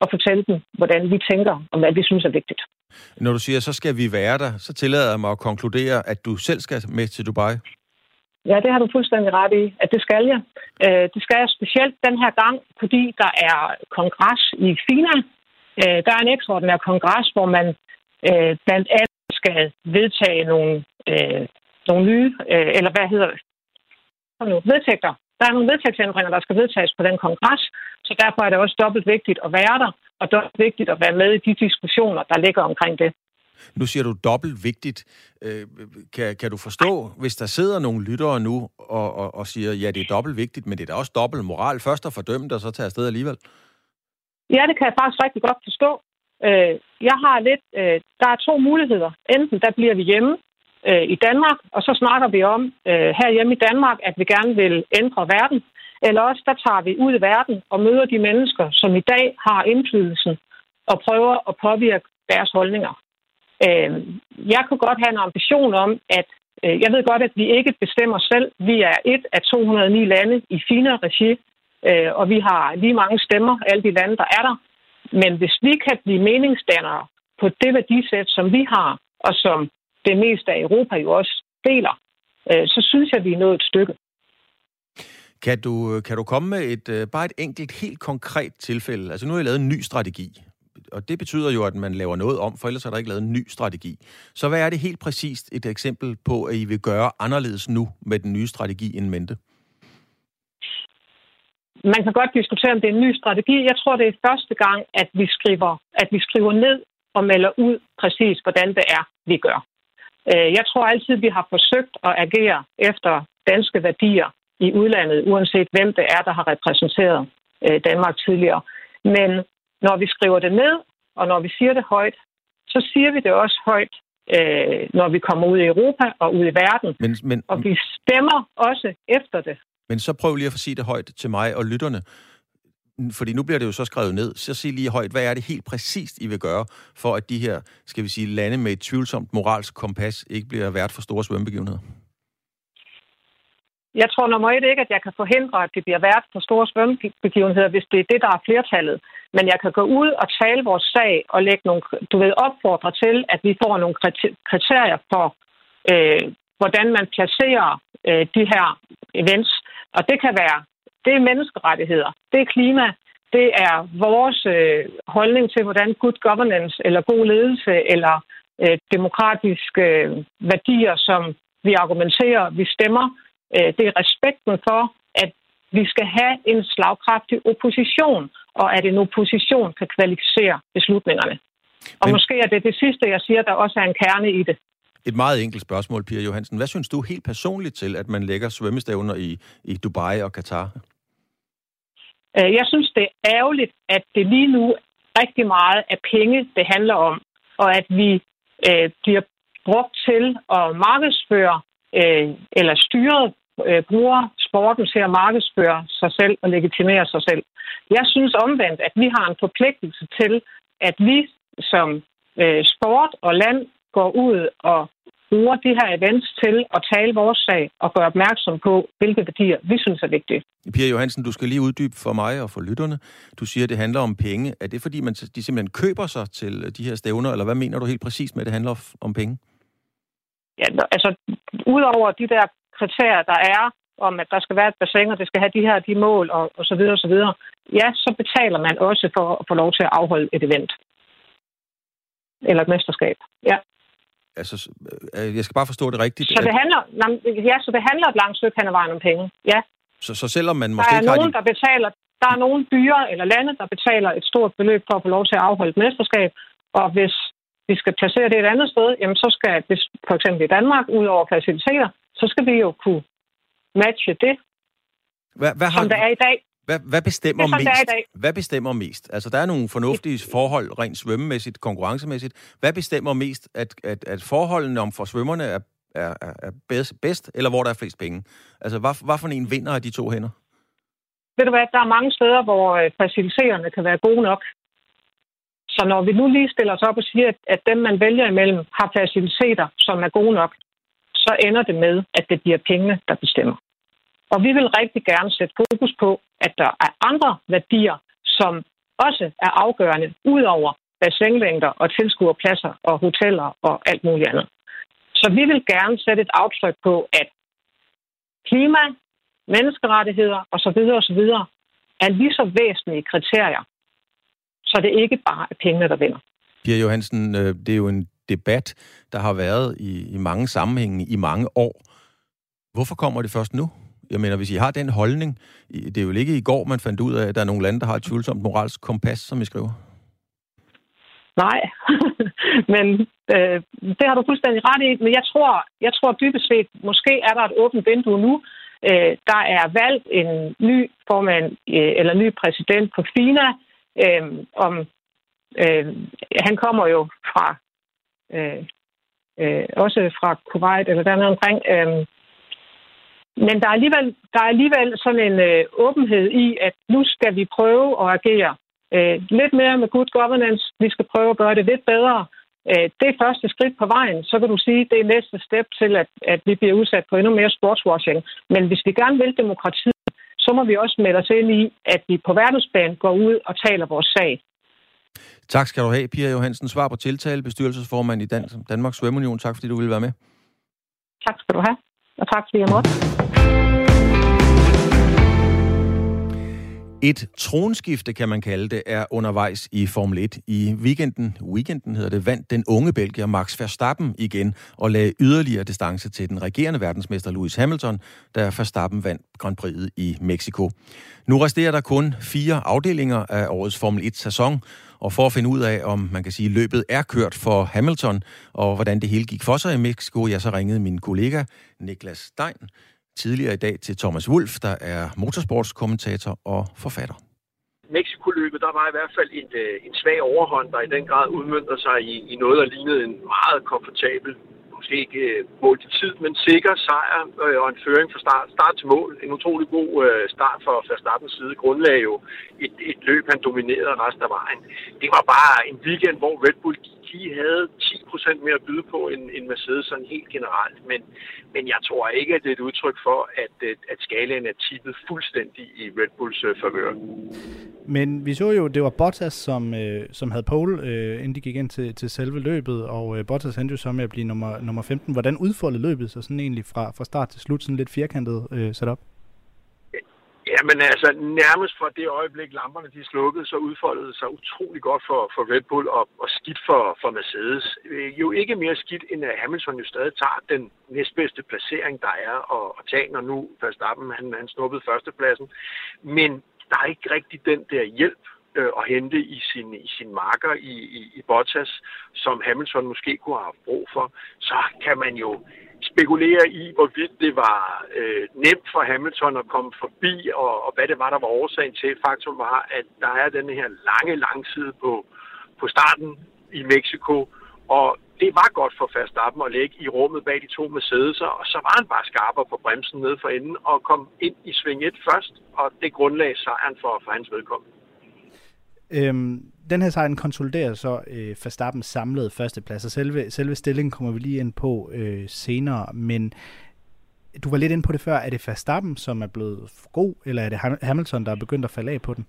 og fortælle dem, hvordan vi tænker, og hvad vi synes er vigtigt. Når du siger, så skal vi være der, så tillader jeg mig at konkludere, at du selv skal med til Dubai. Ja, det har du fuldstændig ret i, at det skal jeg. Det skal jeg specielt den her gang, fordi der er kongres i FINA. Der er en ekstraordinær kongres, hvor man blandt andet skal vedtage nogle, nogle nye, eller hvad hedder det? Vedtægter. Der er nogle vedtægtsændringer, der skal vedtages på den kongres, så derfor er det også dobbelt vigtigt at være der, og dobbelt vigtigt at være med i de diskussioner, der ligger omkring det. Nu siger du dobbelt vigtigt. Kan, kan du forstå, hvis der sidder nogle lyttere nu og, og, og siger, ja, det er dobbelt vigtigt, men det er da også dobbelt moral. Først at fordømme det, og så tage afsted alligevel? Ja, det kan jeg faktisk rigtig godt forstå. Jeg har lidt... Der er to muligheder. Enten der bliver vi hjemme i Danmark, og så snakker vi om herhjemme i Danmark, at vi gerne vil ændre verden. Eller også der tager vi ud i verden og møder de mennesker, som i dag har indflydelsen, og prøver at påvirke deres holdninger. Jeg kunne godt have en ambition om, at jeg ved godt, at vi ikke bestemmer selv. Vi er et af to hundrede og ni lande i FINA-regi, og vi har lige mange stemmer, alle de lande, der er der. Men hvis vi kan blive meningsdannere på det værdisæt, som vi har, og som det meste af Europa jo også deler, så synes jeg, at vi er nået et stykke. Kan du, kan du komme med et, bare et enkelt, helt konkret tilfælde? Altså nu har jeg lavet en ny strategi, og det betyder jo, at man laver noget om, for ellers er der ikke lavet en ny strategi. Så hvad er det helt præcist et eksempel på, at I vil gøre anderledes nu med den nye strategi in mente? Man kan godt diskutere, om det er en ny strategi. Jeg tror, det er første gang, at vi skriver, at vi skriver ned og melder ud præcis, hvordan det er, vi gør. Jeg tror altid, vi har forsøgt at agere efter danske værdier i udlandet, uanset hvem det er, der har repræsenteret Danmark tidligere. Men når vi skriver det ned, og når vi siger det højt, så siger vi det også højt, når vi kommer ud i Europa og ud i verden. Men, men, og vi stemmer også efter det. Men så prøv lige at få sige det højt til mig og lytterne. Fordi nu bliver det jo så skrevet ned. Så sig lige højt, hvad er det helt præcist, I vil gøre, for at de her, skal vi sige, lande med et tvivlsomt moralsk kompas ikke bliver vært for store svømmebegivenheder? Jeg tror nummer et ikke, at jeg kan forhindre, at det bliver vært for store svømmebegivenheder, hvis det er det, der er flertallet. Men jeg kan gå ud og tale vores sag og lægge nogle, du ved, opfordre til, at vi får nogle kriterier for, øh, hvordan man placerer øh, de her events. Og det kan være, det er menneskerettigheder, det er klima, det er vores øh, holdning til, hvordan good governance eller god ledelse eller øh, demokratiske øh, værdier, som vi argumenterer, vi stemmer. Øh, det er respekten for, at vi skal have en slagkraftig opposition, og at en opposition kan kvalificere beslutningerne. Og Men... måske er det det sidste, jeg siger, der også er en kerne i det. Et meget enkelt spørgsmål, Pia Johansen. Hvad synes du helt personligt til, at man lægger svømmestævner i, i Dubai og Katar? Jeg synes, det er ærgerligt, at det lige nu rigtig meget af penge, det handler om, og at vi øh, bliver brugt til at markedsføre øh, eller styret øh, bruger sporten til at markedsføre sig selv og legitimere sig selv. Jeg synes omvendt, at vi har en forpligtelse til, at vi som øh, sport og land går ud og bruger de her events til at tale vores sag og gøre opmærksom på, hvilke værdier vi synes er vigtige. Pia Johansen, du skal lige uddybe for mig og for lytterne. Du siger, at det handler om penge. Er det fordi, man, de simpelthen køber sig til de her stævner, eller hvad mener du helt præcist med, at det handler om penge? Ja, altså, udover de der kriterier, der er om, at der skal være et bassin, og det skal have de her de mål, og, og så videre, og så videre, ja, så betaler man også for at få lov til at afholde et event. Eller et mesterskab, ja. Altså, jeg skal bare forstå det rigtigt. Så det handler, ja, så det handler et langt stykke hen ad vejen om penge, ja. Så, så selvom man måske der er ikke nogen, har... der betaler, der er nogle byer eller lande, der betaler et stort beløb for at få lov til at afholde et mesterskab, og hvis vi skal placere det et andet sted, jamen så skal, hvis for eksempel i Danmark, ud over faciliteter, så skal vi jo kunne matche det, hvad, hvad har... som der er i dag. Hvad, hvad, bestemmer det, mest? hvad bestemmer mest? Altså, der er nogle fornuftige forhold, rent svømmemæssigt, konkurrencemæssigt. Hvad bestemmer mest, at, at, at forholdene om for svømmerne er, er, er bedst, bedst, eller hvor der er flest penge? Altså, hvad, hvad for en vinder af de to hænder? Ved du hvad, der er mange steder, hvor facilitererne kan være gode nok. Så når vi nu lige stiller os op og siger, at dem, man vælger imellem, har faciliteter, som er gode nok, så ender det med, at det bliver pengene, der bestemmer. Og vi vil rigtig gerne sætte fokus på, at der er andre værdier, som også er afgørende, udover bassinlængder og tilskuerpladser og hoteller og alt muligt andet. Så vi vil gerne sætte et aftryk på, at klima, menneskerettigheder osv. osv. er lige så væsentlige kriterier, så det ikke bare er pengene, der vinder. Pia Johansen, det er jo en debat, der har været i, i mange sammenhænge i mange år. Hvorfor kommer det først nu? Jeg mener, hvis I har den holdning, det er jo ikke i går, man fandt ud af, at der er nogle lande, der har et tvivlsomt moralsk kompas, som I skriver. Nej, men øh, det har du fuldstændig ret i. Men jeg tror, jeg tror dybest set, måske er der et åbent vindue nu. Øh, der er valgt en ny formand, øh, eller ny præsident på FINA. Øh, om, øh, han kommer jo fra, øh, øh, også fra Kuwait, eller dernede omkring. Øh, men der er alligevel, der er alligevel sådan en øh, åbenhed i, at nu skal vi prøve at agere Øh, lidt mere med good governance. Vi skal prøve at gøre det lidt bedre. Øh, det er første skridt på vejen. Så kan du sige, at det er næste step til, at, at vi bliver udsat for endnu mere sportswashing. Men hvis vi gerne vil demokratiet, så må vi også melde os ind i, at vi på verdensplan går ud og taler vores sag. Tak skal du have, Pia Johansen. Svar på tiltale, bestyrelsesformand i Dan- Danmarks Svømmeunion. Tak fordi du ville være med. Tak skal du have. Og tak fordi jeg måtte. Et tronskifte, kan man kalde det, er undervejs i Formel et. I weekenden, weekenden hedder det, vandt den unge belgier Max Verstappen igen og lagde yderligere distance til den regerende verdensmester Lewis Hamilton, da Verstappen vandt Grand Prix'et i Mexico. Nu resterer der kun fire afdelinger af årets Formel et-sæson, og for at finde ud af, om man kan sige, løbet er kørt for Hamilton, og hvordan det hele gik for sig i Mexico, jeg så ringede min kollega Niklas Stein tidligere i dag til Thomas Wulff, der er motorsportskommentator og forfatter. Mexico-løbet, der var i hvert fald en, en svag overhånd, der i den grad udmønter sig i, i noget, der lignede en meget komfortabel, måske ikke målt i tid, men sikker sejr øh, og en føring fra start, start til mål. En utrolig god øh, start for Verstappens side. Grundlagde jo et, et løb, han dominerede resten af vejen. Det var bare en weekend, hvor Red Bull de havde ti procent mere at byde på end, end Mercedes sådan helt generelt. Men, men jeg tror ikke, at det er et udtryk for, at, at skalaen er tippet fuldstændig i Red Bulls øh, favør. Men vi så jo, det var Bottas, som, øh, som havde pole, øh, inden de gik ind til, til selve løbet, og øh, Bottas endte jo så med at blive nummer, nummer femten. Hvordan udfoldede løbet så sådan egentlig fra, fra start til slut, sådan lidt firkantet øh, setup? Jamen altså, nærmest fra det øjeblik, lamperne de slukkede, så udfoldede det sig utrolig godt for, for Red Bull og, og skidt for, for Mercedes. Jo ikke mere skidt, end at Hamilton jo stadig tager den næstbedste placering, der er at, at tage, når nu Verstappen han, han snuppede førstepladsen. Men der er ikke rigtig den der hjælp øh, at hente i sin, i sin marker i, i, i Bottas, som Hamilton måske kunne have haft brug for. Så kan man jo spekulere i, hvorvidt det var øh, nemt for Hamilton at komme forbi, og, og hvad det var, der var årsagen til. Faktum var, at der er den her lange langside på, på starten i Mexico, og det var godt for Verstappen at ligge i rummet bag de to Mercedes'er, og så var han bare skarpere på bremsen nede for enden og kom ind i sving et først, og det grundlagde sejren for, for hans vedkommende. Øhm, den her sejren konsoliderer så øh, Verstappens samlede førsteplads, og selve, selve stillingen kommer vi lige ind på øh, senere, men du var lidt inde på det før. Er det Verstappen, som er blevet god, eller er det Hamilton, der er begyndt at falde af på den?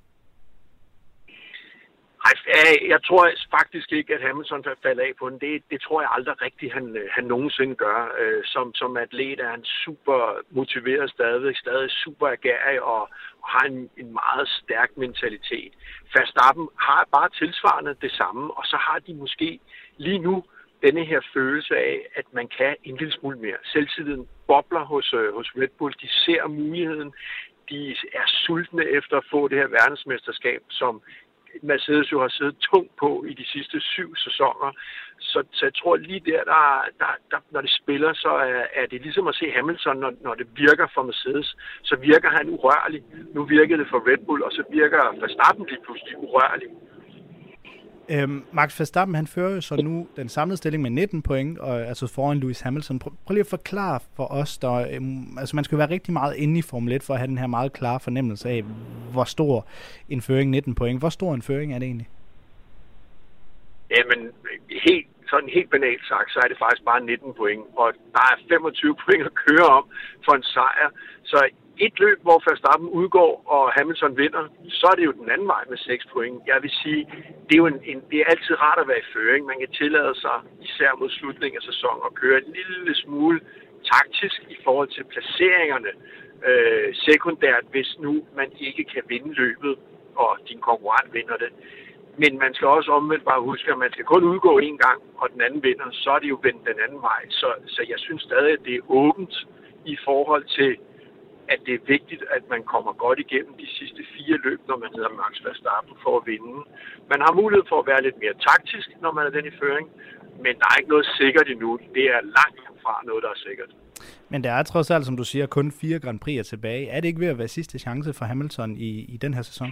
Nej, jeg tror faktisk ikke, at Hamilton falder af på den. Det, det tror jeg aldrig rigtigt, han, han nogensinde gør. Som, som atlet er han super motiveret stadig, stadig super agerig og, og har en, en meget stærk mentalitet. Verstappen har bare tilsvarende det samme, og så har de måske lige nu denne her følelse af, at man kan en lille smule mere. Selvtilliden bobler hos, hos Red Bull. De ser muligheden. De er sultne efter at få det her verdensmesterskab, som Mercedes jo har siddet tungt på i de sidste syv sæsoner. Så, så jeg tror lige der, der, der, der når det spiller, så er, er det ligesom at se Hamilton, når, når det virker for Mercedes, så virker han urørlig. Nu virker det for Red Bull, og så virker Verstappen lige pludselig urørlig. Øhm, Max Verstappen, han fører jo så nu den samlede stilling med nitten point, og altså foran Lewis Hamilton. Prøv, prøv lige at forklare for os, der, øhm, altså man skal jo være rigtig meget inde i Formel et for at have den her meget klare fornemmelse af, hvor stor en føring nitten point. Hvor stor en føring er det egentlig? Jamen, helt, sådan helt banalt sagt, så er det faktisk bare nitten point, og der er femogtyve point at køre om for en sejr. Så et løb, hvor Verstappen udgår, og Hamilton vinder, så er det jo den anden vej med seks point. Jeg vil sige, det er jo en, en, det er altid rart at være i føring. Man kan tillade sig, især mod slutningen af sæsonen, at køre en lille smule taktisk i forhold til placeringerne øh, sekundært, hvis nu man ikke kan vinde løbet, og din konkurrent vinder det. Men man skal også omvendt bare huske, at man skal kun udgå en gang, og den anden vinder, så er det jo vendt den anden vej. Så, så jeg synes stadig, at det er åbent i forhold til, at det er vigtigt, at man kommer godt igennem de sidste fire løb, når man hedder Max Verstappen, for at vinde. Man har mulighed for at være lidt mere taktisk, når man er den i føring, men der er ikke noget sikkert endnu. Det er langt fra noget, der er sikkert. Men der er trods alt, som du siger, kun fire Grand Prix'er tilbage. Er det ikke ved at være sidste chance for Hamilton i, i den her sæson?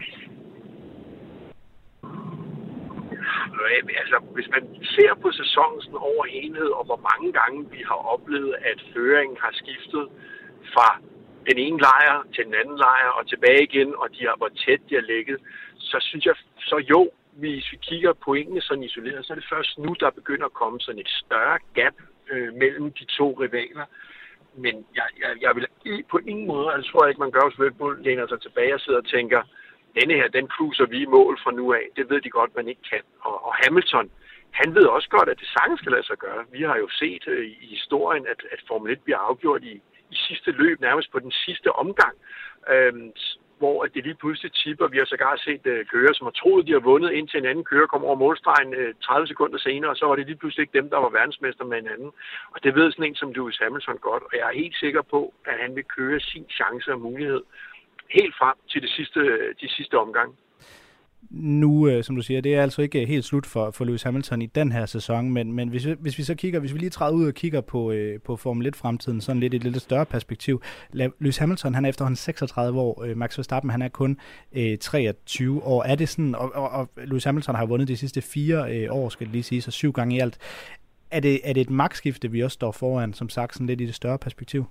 Altså, hvis man ser på sæsonen sådan over enhed, og hvor mange gange vi har oplevet, at føringen har skiftet fra den ene lejr til den anden lejr og tilbage igen, og de har, hvor tæt de har ligget, så synes jeg, så jo, hvis vi kigger på pointene sådan isoleret, så er det først nu, der begynder at komme sådan et større gap øh, mellem de to rivaler. Men jeg, jeg, jeg vil på ingen måde, altså tror jeg ikke, man gør, hvis Red Bull læner sig tilbage og sidder og tænker, denne her, den cruiser vi i mål fra nu af. Det ved de godt, man ikke kan. Og, og Hamilton, han ved også godt, at det sagtens skal lade sig gøre. Vi har jo set øh, i historien, at, at Formel et bliver afgjort i, i sidste løb, nærmest på den sidste omgang, øhm, hvor det lige pludselig tipper. Vi har sågar set øh, kører, som har troet, de har vundet, indtil en anden kører kom over målstregen øh, tredive sekunder senere, og så var det lige pludselig ikke dem, der var verdensmester med en anden. Og det ved sådan en som Lewis Hamilton godt, og jeg er helt sikker på, at han vil køre sin chance og mulighed helt frem til det sidste, de sidste omgang. Nu, øh, som du siger, det er altså ikke helt slut for, for Lewis Hamilton i den her sæson, men, men hvis, hvis vi så kigger, hvis vi lige træder ud og kigger på, øh, på Formel et-fremtiden, sådan lidt i et lidt større perspektiv. Lewis Hamilton, han er efterhånden seksogtredive år, øh, Max Verstappen, han er kun øh, treogtyve år. Er det sådan, og, og, og Lewis Hamilton har vundet de sidste fire øh, år, skal det lige sige, så syv gange i alt. Er det, er det et magtskifte, vi også står foran, som sagt, sådan lidt i det større perspektiv?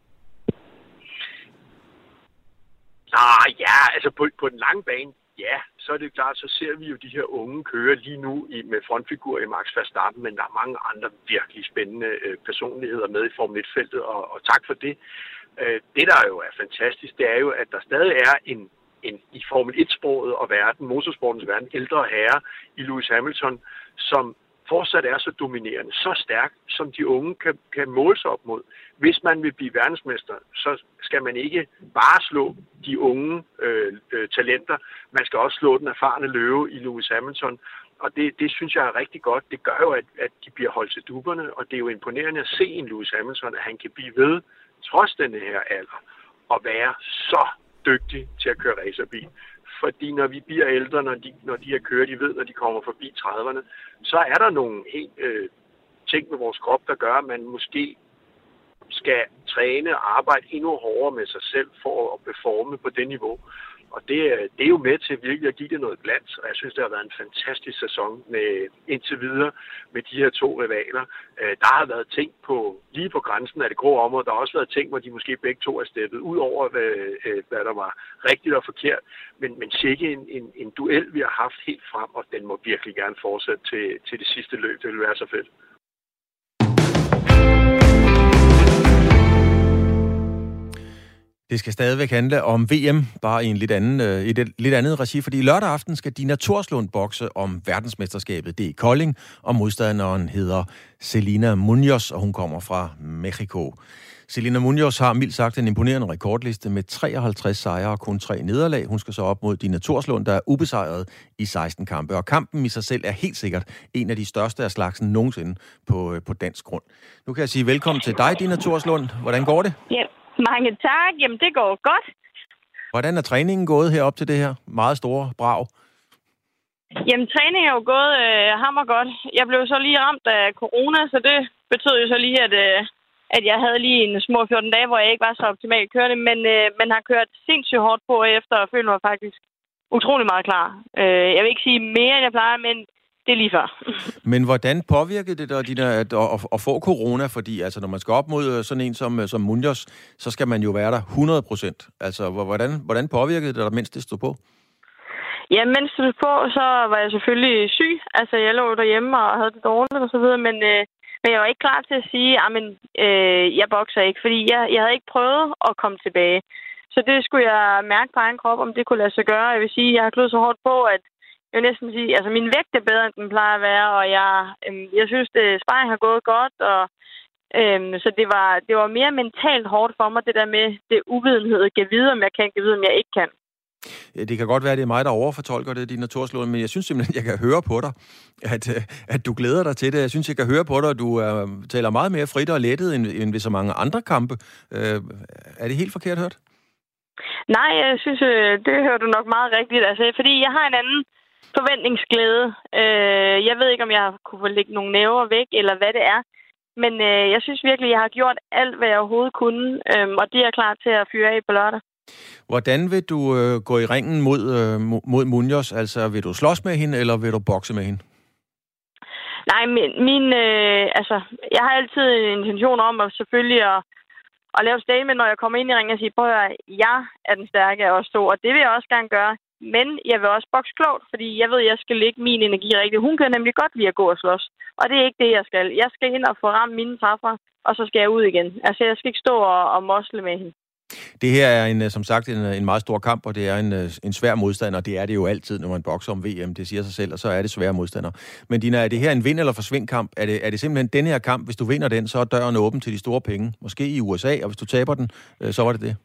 Ah, ja, altså på, på den lange bane, ja, så er det klart, så ser vi jo de her unge kører lige nu i, med frontfigur i Max Verstappen, men der er mange andre virkelig spændende øh, personligheder med i Formel et-feltet, og, og tak for det. Øh, det, der jo er fantastisk, det er jo, at der stadig er en, en i Formel et-sproget og verden, motorsportens verden, ældre herre i Lewis Hamilton, som fortsat er så dominerende, så stærk, som de unge kan, kan måle sig op mod. Hvis man vil blive verdensmester, så skal man ikke bare slå de unge øh, øh, talenter, man skal også slå den erfarne løve i Lewis Hamilton. Og det, det synes jeg er rigtig godt. Det gør jo, at, at de bliver holdt til dupperne, og det er jo imponerende at se en Lewis Hamilton, at han kan blive ved, trods denne her alder, og være så dygtig til at køre racerbil. Fordi når vi bliver ældre, når de, når de er kører, de ved, når de kommer forbi trediverne, så er der nogle helt øh, ting med vores krop, der gør, at man måske skal træne og arbejde endnu hårdere med sig selv for at performe på det niveau. Og det, det er jo med til virkelig at give det noget glans, og jeg synes, det har været en fantastisk sæson med, indtil videre med de her to rivaler. Der har været ting på, lige på grænsen af det grå område. Der har også været ting, hvor de måske begge to er steppet ud over, hvad, hvad der var rigtigt og forkert. Men, men sikke en, en, en duel, vi har haft helt frem, og den må virkelig gerne fortsætte til, til det sidste løb. Det vil være så fedt. Det skal stadigvæk handle om V M, bare i en lidt anden, øh, et, et lidt andet regi, fordi lørdag aften skal Dina Thorslund bokse om verdensmesterskabet. Det er i Kolding, og modstanderen hedder Selena Munoz, og hun kommer fra Mexico. Selena Munoz har mildt sagt en imponerende rekordliste med treoghalvtreds sejre og kun tre nederlag. Hun skal så op mod Dina Thorslund, der er ubesejret i seksten kampe, og kampen i sig selv er helt sikkert en af de største af slagsen nogensinde på, på dansk grund. Nu kan jeg sige velkommen til dig, Dina Thorslund. Hvordan går det? Ja. Mange tak. Jamen, det går godt. Hvordan er træningen gået herop til det her meget store brag? Jamen, træningen er jo gået øh, hammer godt. Jeg blev så lige ramt af corona, så det betød jo så lige, at, øh, at jeg havde lige en små fjorten dage, hvor jeg ikke var så optimalt kørende, men øh, man har kørt sindssygt hårdt på efter, og føler mig faktisk utrolig meget klar. Øh, jeg vil ikke sige mere, end jeg plejer, men det er lige før. Men hvordan påvirkede det dig, Dina, at, at, at få corona? Fordi altså, når man skal op mod sådan en som, som Munoz, så skal man jo være der hundrede procent. Altså, hvordan, hvordan påvirkede det dig, mens det stod på? Ja, mens det stod på, så var jeg selvfølgelig syg. Altså, jeg lå derhjemme og havde det dårligt og så videre, men, øh, men jeg var ikke klar til at sige, at øh, jeg bokser ikke, fordi jeg, jeg havde ikke prøvet at komme tilbage. Så det skulle jeg mærke på egen krop, om det kunne lade sig gøre. Jeg vil sige, at jeg har kløet så hårdt på, at jeg vil næsten sige, altså min vægt er bedre, end den plejer at være, og jeg, øhm, jeg synes, det sparring har gået godt, og øhm, så det var, det var mere mentalt hårdt for mig, det der med det uvidenhed, at give videre, om jeg kan, give videre, om jeg ikke kan. Det kan godt være, at det er mig, der overfortolker det, Dina Thorslund, men jeg synes simpelthen, at jeg kan høre på dig, at, at du glæder dig til det. Jeg synes, jeg kan høre på dig, at du uh, taler meget mere frit og lettet, end, end ved så mange andre kampe. Uh, er det helt forkert hørt? Nej, jeg synes, det hører du nok meget rigtigt. Altså, fordi jeg har en anden forventningsglæde. Uh, jeg ved ikke, om jeg kunne få lægge nogle næver væk, eller hvad det er. Men uh, jeg synes virkelig, jeg har gjort alt, hvad jeg overhovedet kunne, uh, og det er jeg klar til at fyre af på lørdag. Hvordan vil du øh, gå i ringen mod, øh, mod Munoz? Altså, vil du slås med hende, eller vil du bokse med hende? Nej, min, min øh, altså, jeg har altid en intention om at selvfølgelig at, at lave statement, når jeg kommer ind i ringen og siger, prøv at høre, jeg er den stærke af os to, og det vil jeg også gerne gøre. Men jeg vil også bokse klogt, fordi jeg ved, at jeg skal lægge min energi rigtigt. Hun kan nemlig godt lide at gå og slås, og det er ikke det, jeg skal. Jeg skal ind og få ramt mine træffer, og så skal jeg ud igen. Altså, jeg skal ikke stå og, og mosle med hende. Det her er en, som sagt en, en meget stor kamp, og det er en, en svær modstander. Det er det jo altid, når man bokser om V M. Det siger sig selv, og så er det svære modstander. Men Dina, er det her en vind- eller forsvind-kamp? Er det, er det simpelthen den her kamp? Hvis du vinder den, så er døren åben til de store penge. Måske i U S A, og hvis du taber den, så var det det.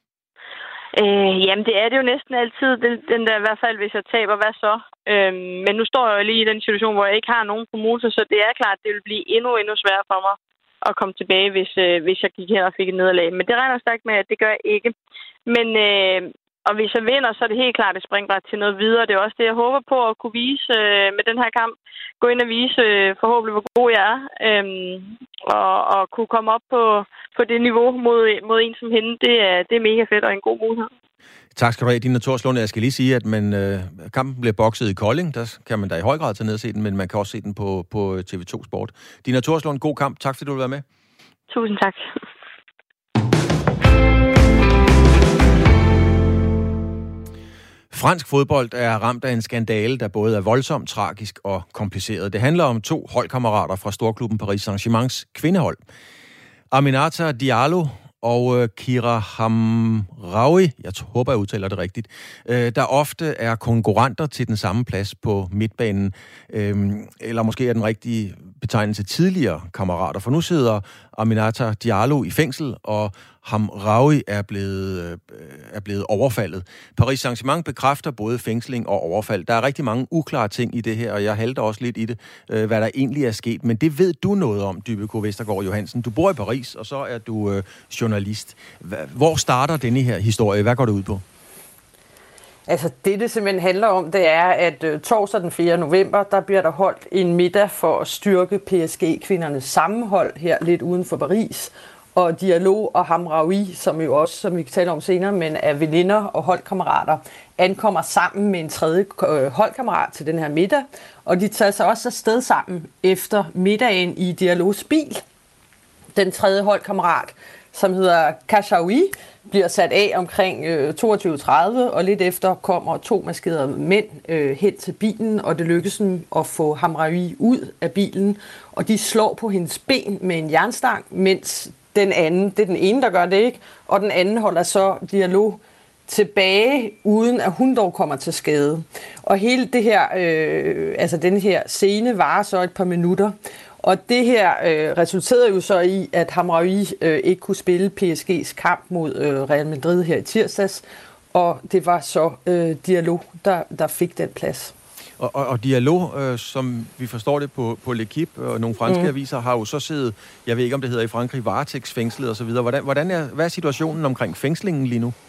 Øh, jamen, det er det jo næsten altid. Den, den der, i hvert fald, hvis jeg taber, hvad så? Øh, men nu står jeg jo lige i den situation, hvor jeg ikke har nogen promotor, så det er klart, at det vil blive endnu, endnu sværere for mig at komme tilbage, hvis, øh, hvis jeg gik her og fik et nederlag. Men det regner stærkt med, at det gør jeg ikke. Men, øh, og hvis jeg vinder, så er det helt klart et springbræt til noget videre. Det er også det, jeg håber på at kunne vise øh, med den her kamp. Gå ind og vise øh, forhåbentlig, hvor god jeg er. Øh, og, og kunne komme op på, på det niveau mod, mod en som hende. Det er, det er mega fedt og en god mulighed. Tak skal du have, Dina Thorslund. Jeg skal lige sige, at man, øh, kampen bliver bokset i Kolding. Der kan man da i høj grad tage ned og se den, men man kan også se den på, på T V to Sport. Dina Thorslund, god kamp. Tak fordi du vil være med. Tusind tak. Fransk fodbold er ramt af en skandale, der både er voldsomt, tragisk og kompliceret. Det handler om to holdkammerater fra storklubben Paris Saint-Germains kvindehold. Aminata Diallo og øh, Kira Hamraoui, jeg håber, jeg udtaler det rigtigt, øh, der ofte er konkurrenter til den samme plads på midtbanen, øh, eller måske er den rigtige betegnelse tidligere kammerater, for nu sidder Aminata Diallo i fængsel, og Hamraoui er blevet, øh, er blevet overfaldet. Paris Saint-Germain bekræfter både fængsling og overfald. Der er rigtig mange uklare ting i det her, og jeg halter også lidt i det, øh, hvad der egentlig er sket. Men det ved du noget om, Dybbeko Vestergaard Johansen. Du bor i Paris, og så er du øh, journalist. Hvor starter denne her historie? Hvad går det ud på? Altså det, det simpelthen handler om, det er, at øh, torsdag den fjerde november, der bliver der holdt en middag for at styrke P S G-kvindernes sammenhold her lidt uden for Paris. Og Diallo og Hamraoui, som jo også, som vi kan tale om senere, men er veninder og holdkammerater, ankommer sammen med en tredje holdkammerat til den her middag. Og de tager sig også afsted sammen efter middagen i Diallos bil. Den tredje holdkammerat, som hedder Kashaoui, bliver sat af omkring øh, toogtyve tredive, og lidt efter kommer to maskerede mænd øh, hen til bilen, og det lykkes dem at få Hamraoui ud af bilen, og de slår på hendes ben med en jernstang, mens den anden, det er den ene, der gør det ikke, og den anden holder så Diallo tilbage, uden at hun dog kommer til skade. Og hele det her, øh, altså den her scene varer så et par minutter, og det her øh, resulterede jo så i, at Hamraoui øh, ikke kunne spille P S G's kamp mod øh, Real Madrid her i tirsdags, og det var så øh, Diallo, der, der fik den plads. Og, og, og Diallo, øh, som vi forstår det på, på L'Equipe og nogle franske mm. aviser, har jo så siddet, jeg ved ikke om det hedder i Frankrig, varetægtsfængslet og så videre. Hvordan, hvordan er, hvad er situationen omkring fængslingen lige nu?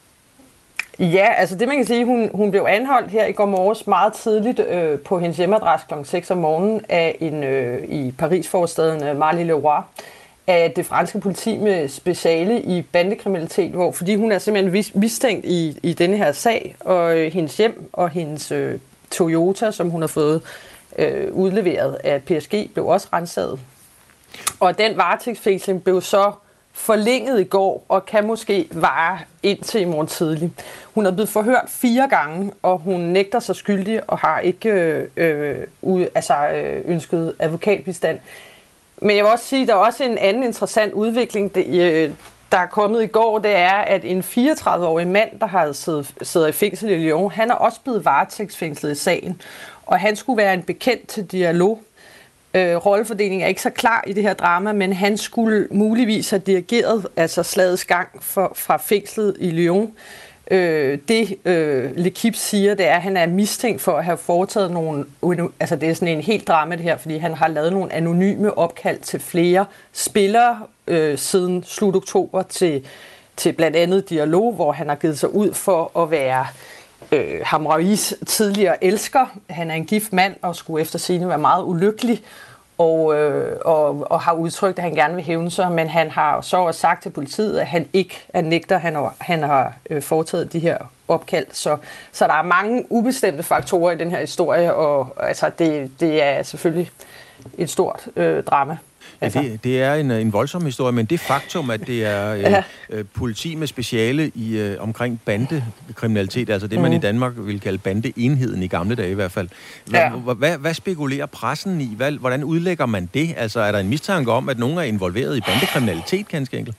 Ja, altså det man kan sige, hun, hun blev anholdt her i går morges meget tidligt øh, på hendes hjemmeadresse klokken seks om morgenen af en øh, i Paris-forstaden øh, Marly-le-Roi af det franske politi med speciale i bandekriminalitet, hvor fordi hun er simpelthen mistænkt i, i denne her sag, og øh, hendes hjem og hendes øh, Toyota, som hun har fået øh, udleveret af P S G, blev også renset. Og den varetægtsfængsling blev så forlænget i går, og kan måske vare indtil i morgen tidlig. Hun er blevet forhørt fire gange, og hun nægter sig skyldig og har ikke øh, øh, ud, altså, øh, ønsket advokatbistand. Men jeg vil også sige, at der er også en anden interessant udvikling. Det, øh, der er kommet i går, det er, at en fireogtredive-årig mand, der har siddet, sidder i fængsel i Lyon, han er også blevet varetægtsfængslet i sagen. Og han skulle være en bekendt til Diallo. Øh, rollefordelingen er ikke så klar i det her drama, men han skulle muligvis have dirigeret altså slagets gang for, fra fængslet i Lyon. Øh, det øh, L'Equipe siger, det er, at han er mistænkt for at have foretaget nogle, altså det er sådan en helt drama det her, fordi han har lavet nogle anonyme opkald til flere spillere øh, siden slut oktober til, til blandt andet Diallo, hvor han har givet sig ud for at være øh, Hamraois tidligere elsker. Han er en gift mand og skulle efter sigende være meget ulykkelig. Og, øh, og, og har udtrykt, at han gerne vil hævne sig, men han har så også sagt til politiet, at han ikke er nægter, han har, han har øh, foretaget de her opkald. Så, så der er mange ubestemte faktorer i den her historie, og altså, det, det er selvfølgelig et stort øh, drama. Ja, det, det er en, en voldsom historie, men det faktum, at det er øh, ja. øh, politi med speciale i øh, omkring bandekriminalitet, altså det, man mm. i Danmark ville kalde bandeenheden i gamle dage i hvert fald. Hvad, ja. hvad, hvad spekulerer pressen i? Hvad, hvordan udlægger man det? Altså er der en mistanke om, at nogen er involveret i bandekriminalitet, ganske enkelt?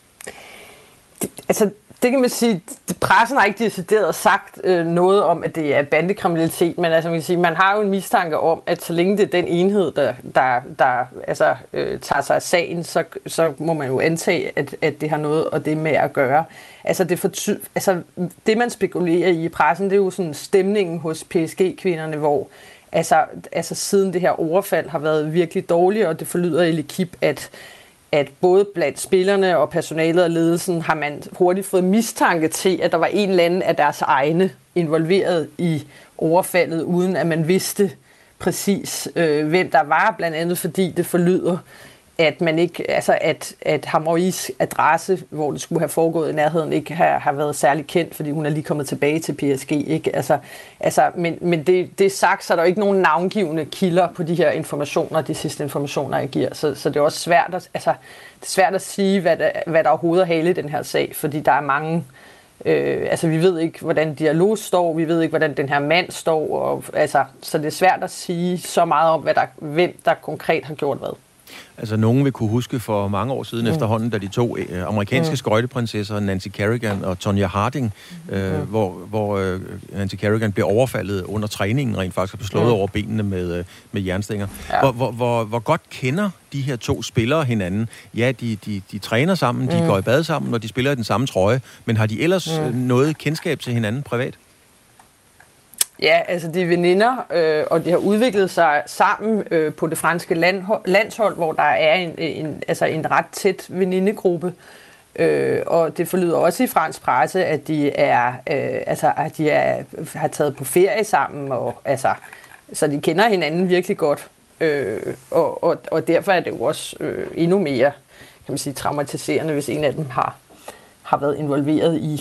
Det, altså... Det kan man sige, pressen har ikke decideret sagt øh, noget om, at det er bandekriminalitet, men altså, man kan sige, man har jo en mistanke om, at så længe det er den enhed, der, der, der altså, øh, tager sig af sagen, så, så må man jo antage, at, at det har noget og det med at gøre. Altså det, forty- altså, det man spekulerer i i pressen, det er jo sådan stemningen hos P S G-kvinderne, hvor altså, altså, siden det her overfald har været virkelig dårligt, og det forlyder i L'Equipe, at at både blandt spillerne og personalet og ledelsen har man hurtigt fået mistanke til, at der var en eller anden af deres egne involveret i overfaldet, uden at man vidste præcis, øh, hvem der var, blandt andet fordi det forlyder, at man ikke, altså at, at Hamraois adresse, hvor det skulle have foregået i nærheden, ikke har, har været særlig kendt, fordi hun er lige kommet tilbage til P S G, ikke? Altså, altså, men, men det, det er sagt, så er der ikke nogen navngivende kilder på de her informationer, de sidste informationer, jeg giver. Så, så det er også svært at, altså, det er svært at sige, hvad der, hvad der overhovedet er hale i den her sag, fordi der er mange, øh, altså vi ved ikke, hvordan Diallo står, vi ved ikke, hvordan den her mand står, og, altså, så det er svært at sige så meget om, hvad der, hvem der konkret har gjort hvad. Altså, nogen vil kunne huske for mange år siden mm. efterhånden, da de to øh, amerikanske mm. skøjteprinsesser, Nancy Kerrigan og Tonya Harding, øh, mm. hvor, hvor øh, Nancy Kerrigan blev overfaldet under træningen, rent faktisk, og blev slået mm. over benene med, øh, med jernstænger. Ja. Hvor, hvor, hvor, hvor godt kender de her to spillere hinanden? Ja, de, de, de træner sammen, de mm. går i bad sammen, og de spiller i den samme trøje, men har de ellers mm. noget kendskab til hinanden privat? Ja, altså de er veninder, øh, og de har udviklet sig sammen øh, på det franske land, landshold, hvor der er en, en, altså en ret tæt venindegruppe. Øh, og det forlyder også i fransk presse, at de er, øh, altså, at de er, har taget på ferie sammen, og, altså, så de kender hinanden virkelig godt. Øh, og, og, og derfor er det jo også øh, endnu mere, kan man sige, traumatiserende, hvis en af dem har, har været involveret i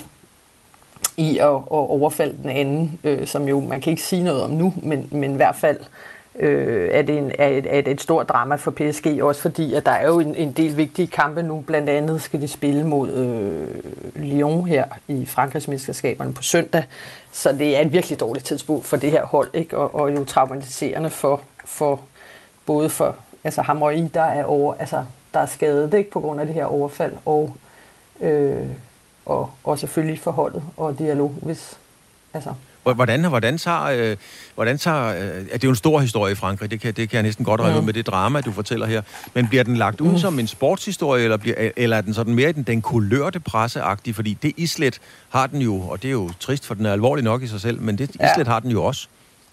i at, at overfalde den anden, øh, som jo, man kan ikke sige noget om nu, men, men i hvert fald øh, er, det en, er, et, er det et stort drama for P S G, også fordi, at der er jo en, en del vigtige kampe nu, blandt andet skal de spille mod øh, Lyon her i Frankrigs mesterskaberne på søndag, så det er et virkelig dårligt tidspunkt for det her hold, ikke? Og, og jo traumatiserende for, for både for altså Hamraoui, der er over, altså der er skadet, ikke, på grund af det her overfald, og øh, Og, og selvfølgelig forholdet og dialog, hvis altså. Hvordan, hvordan tager, øh, hvordan tager øh, det er jo en stor historie i Frankrig, det kan, det kan jeg næsten godt regne ud med det drama, du fortæller her, men bliver den lagt ud mm. som en sportshistorie, eller, bliver, eller er den sådan mere den, den kulørte presseagtige, fordi det islet har den jo, og det er jo trist, for den er alvorlig nok i sig selv, men det islet ja. har den jo også.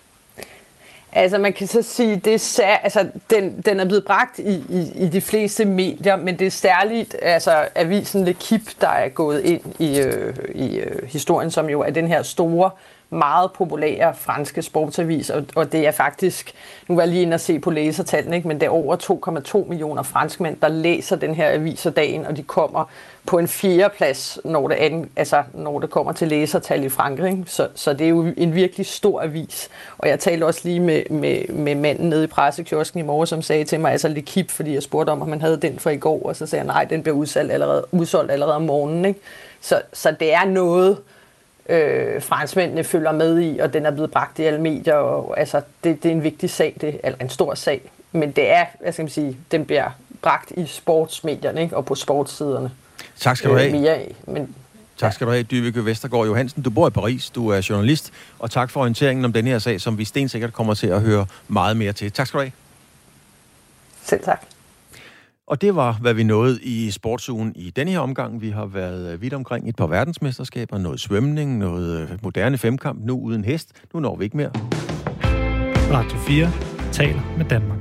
Altså man kan så sige, det er sær, altså, den, den er blevet bragt i, i, i de fleste medier, men det er særligt altså, avisen L'Equipe, der er gået ind i, øh, i øh, historien, som jo er den her store, meget populære franske sportsavis, og, og det er faktisk, nu var jeg lige inde og se på læsertallene, ikke, men det er over to komma to millioner franskmænd, der læser den her avis og dagen, og de kommer på en fjerde plads, når det, an, altså, når det kommer til læsertal i Frankrig. Så, så det er jo en virkelig stor avis. Og jeg talte også lige med, med, med manden nede i pressekiosken i morgen, som sagde til mig, altså L'Equipe, fordi jeg spurgte om, om man havde den fra i går, og så sagde jeg, nej, den bliver udsolgt allerede, udsolgt allerede om morgenen. Ikke? Så, så det er noget, øh, franskmændene følger med i, og den er blevet bragt i alle medier, og altså, det, det er en vigtig sag, det, eller en stor sag. Men det er, hvad skal man sige, den bliver bragt i sportsmedierne, ikke? Og på sportssiderne. Tak skal du have. Øh, mere af. Men Tak skal du have, Dyveke Vestergaard Johansen. Du bor i Paris, du er journalist, og tak for orienteringen om den her sag, som vi stensikkert kommer til at høre meget mere til. Tak skal du have. Selv tak. Og det var, hvad vi nåede i sportsugen i denne her omgang. Vi har været vidt omkring et par verdensmesterskaber, noget svømning, noget moderne femkamp, nu uden hest. Nu når vi ikke mere. Radio fire taler med Danmark.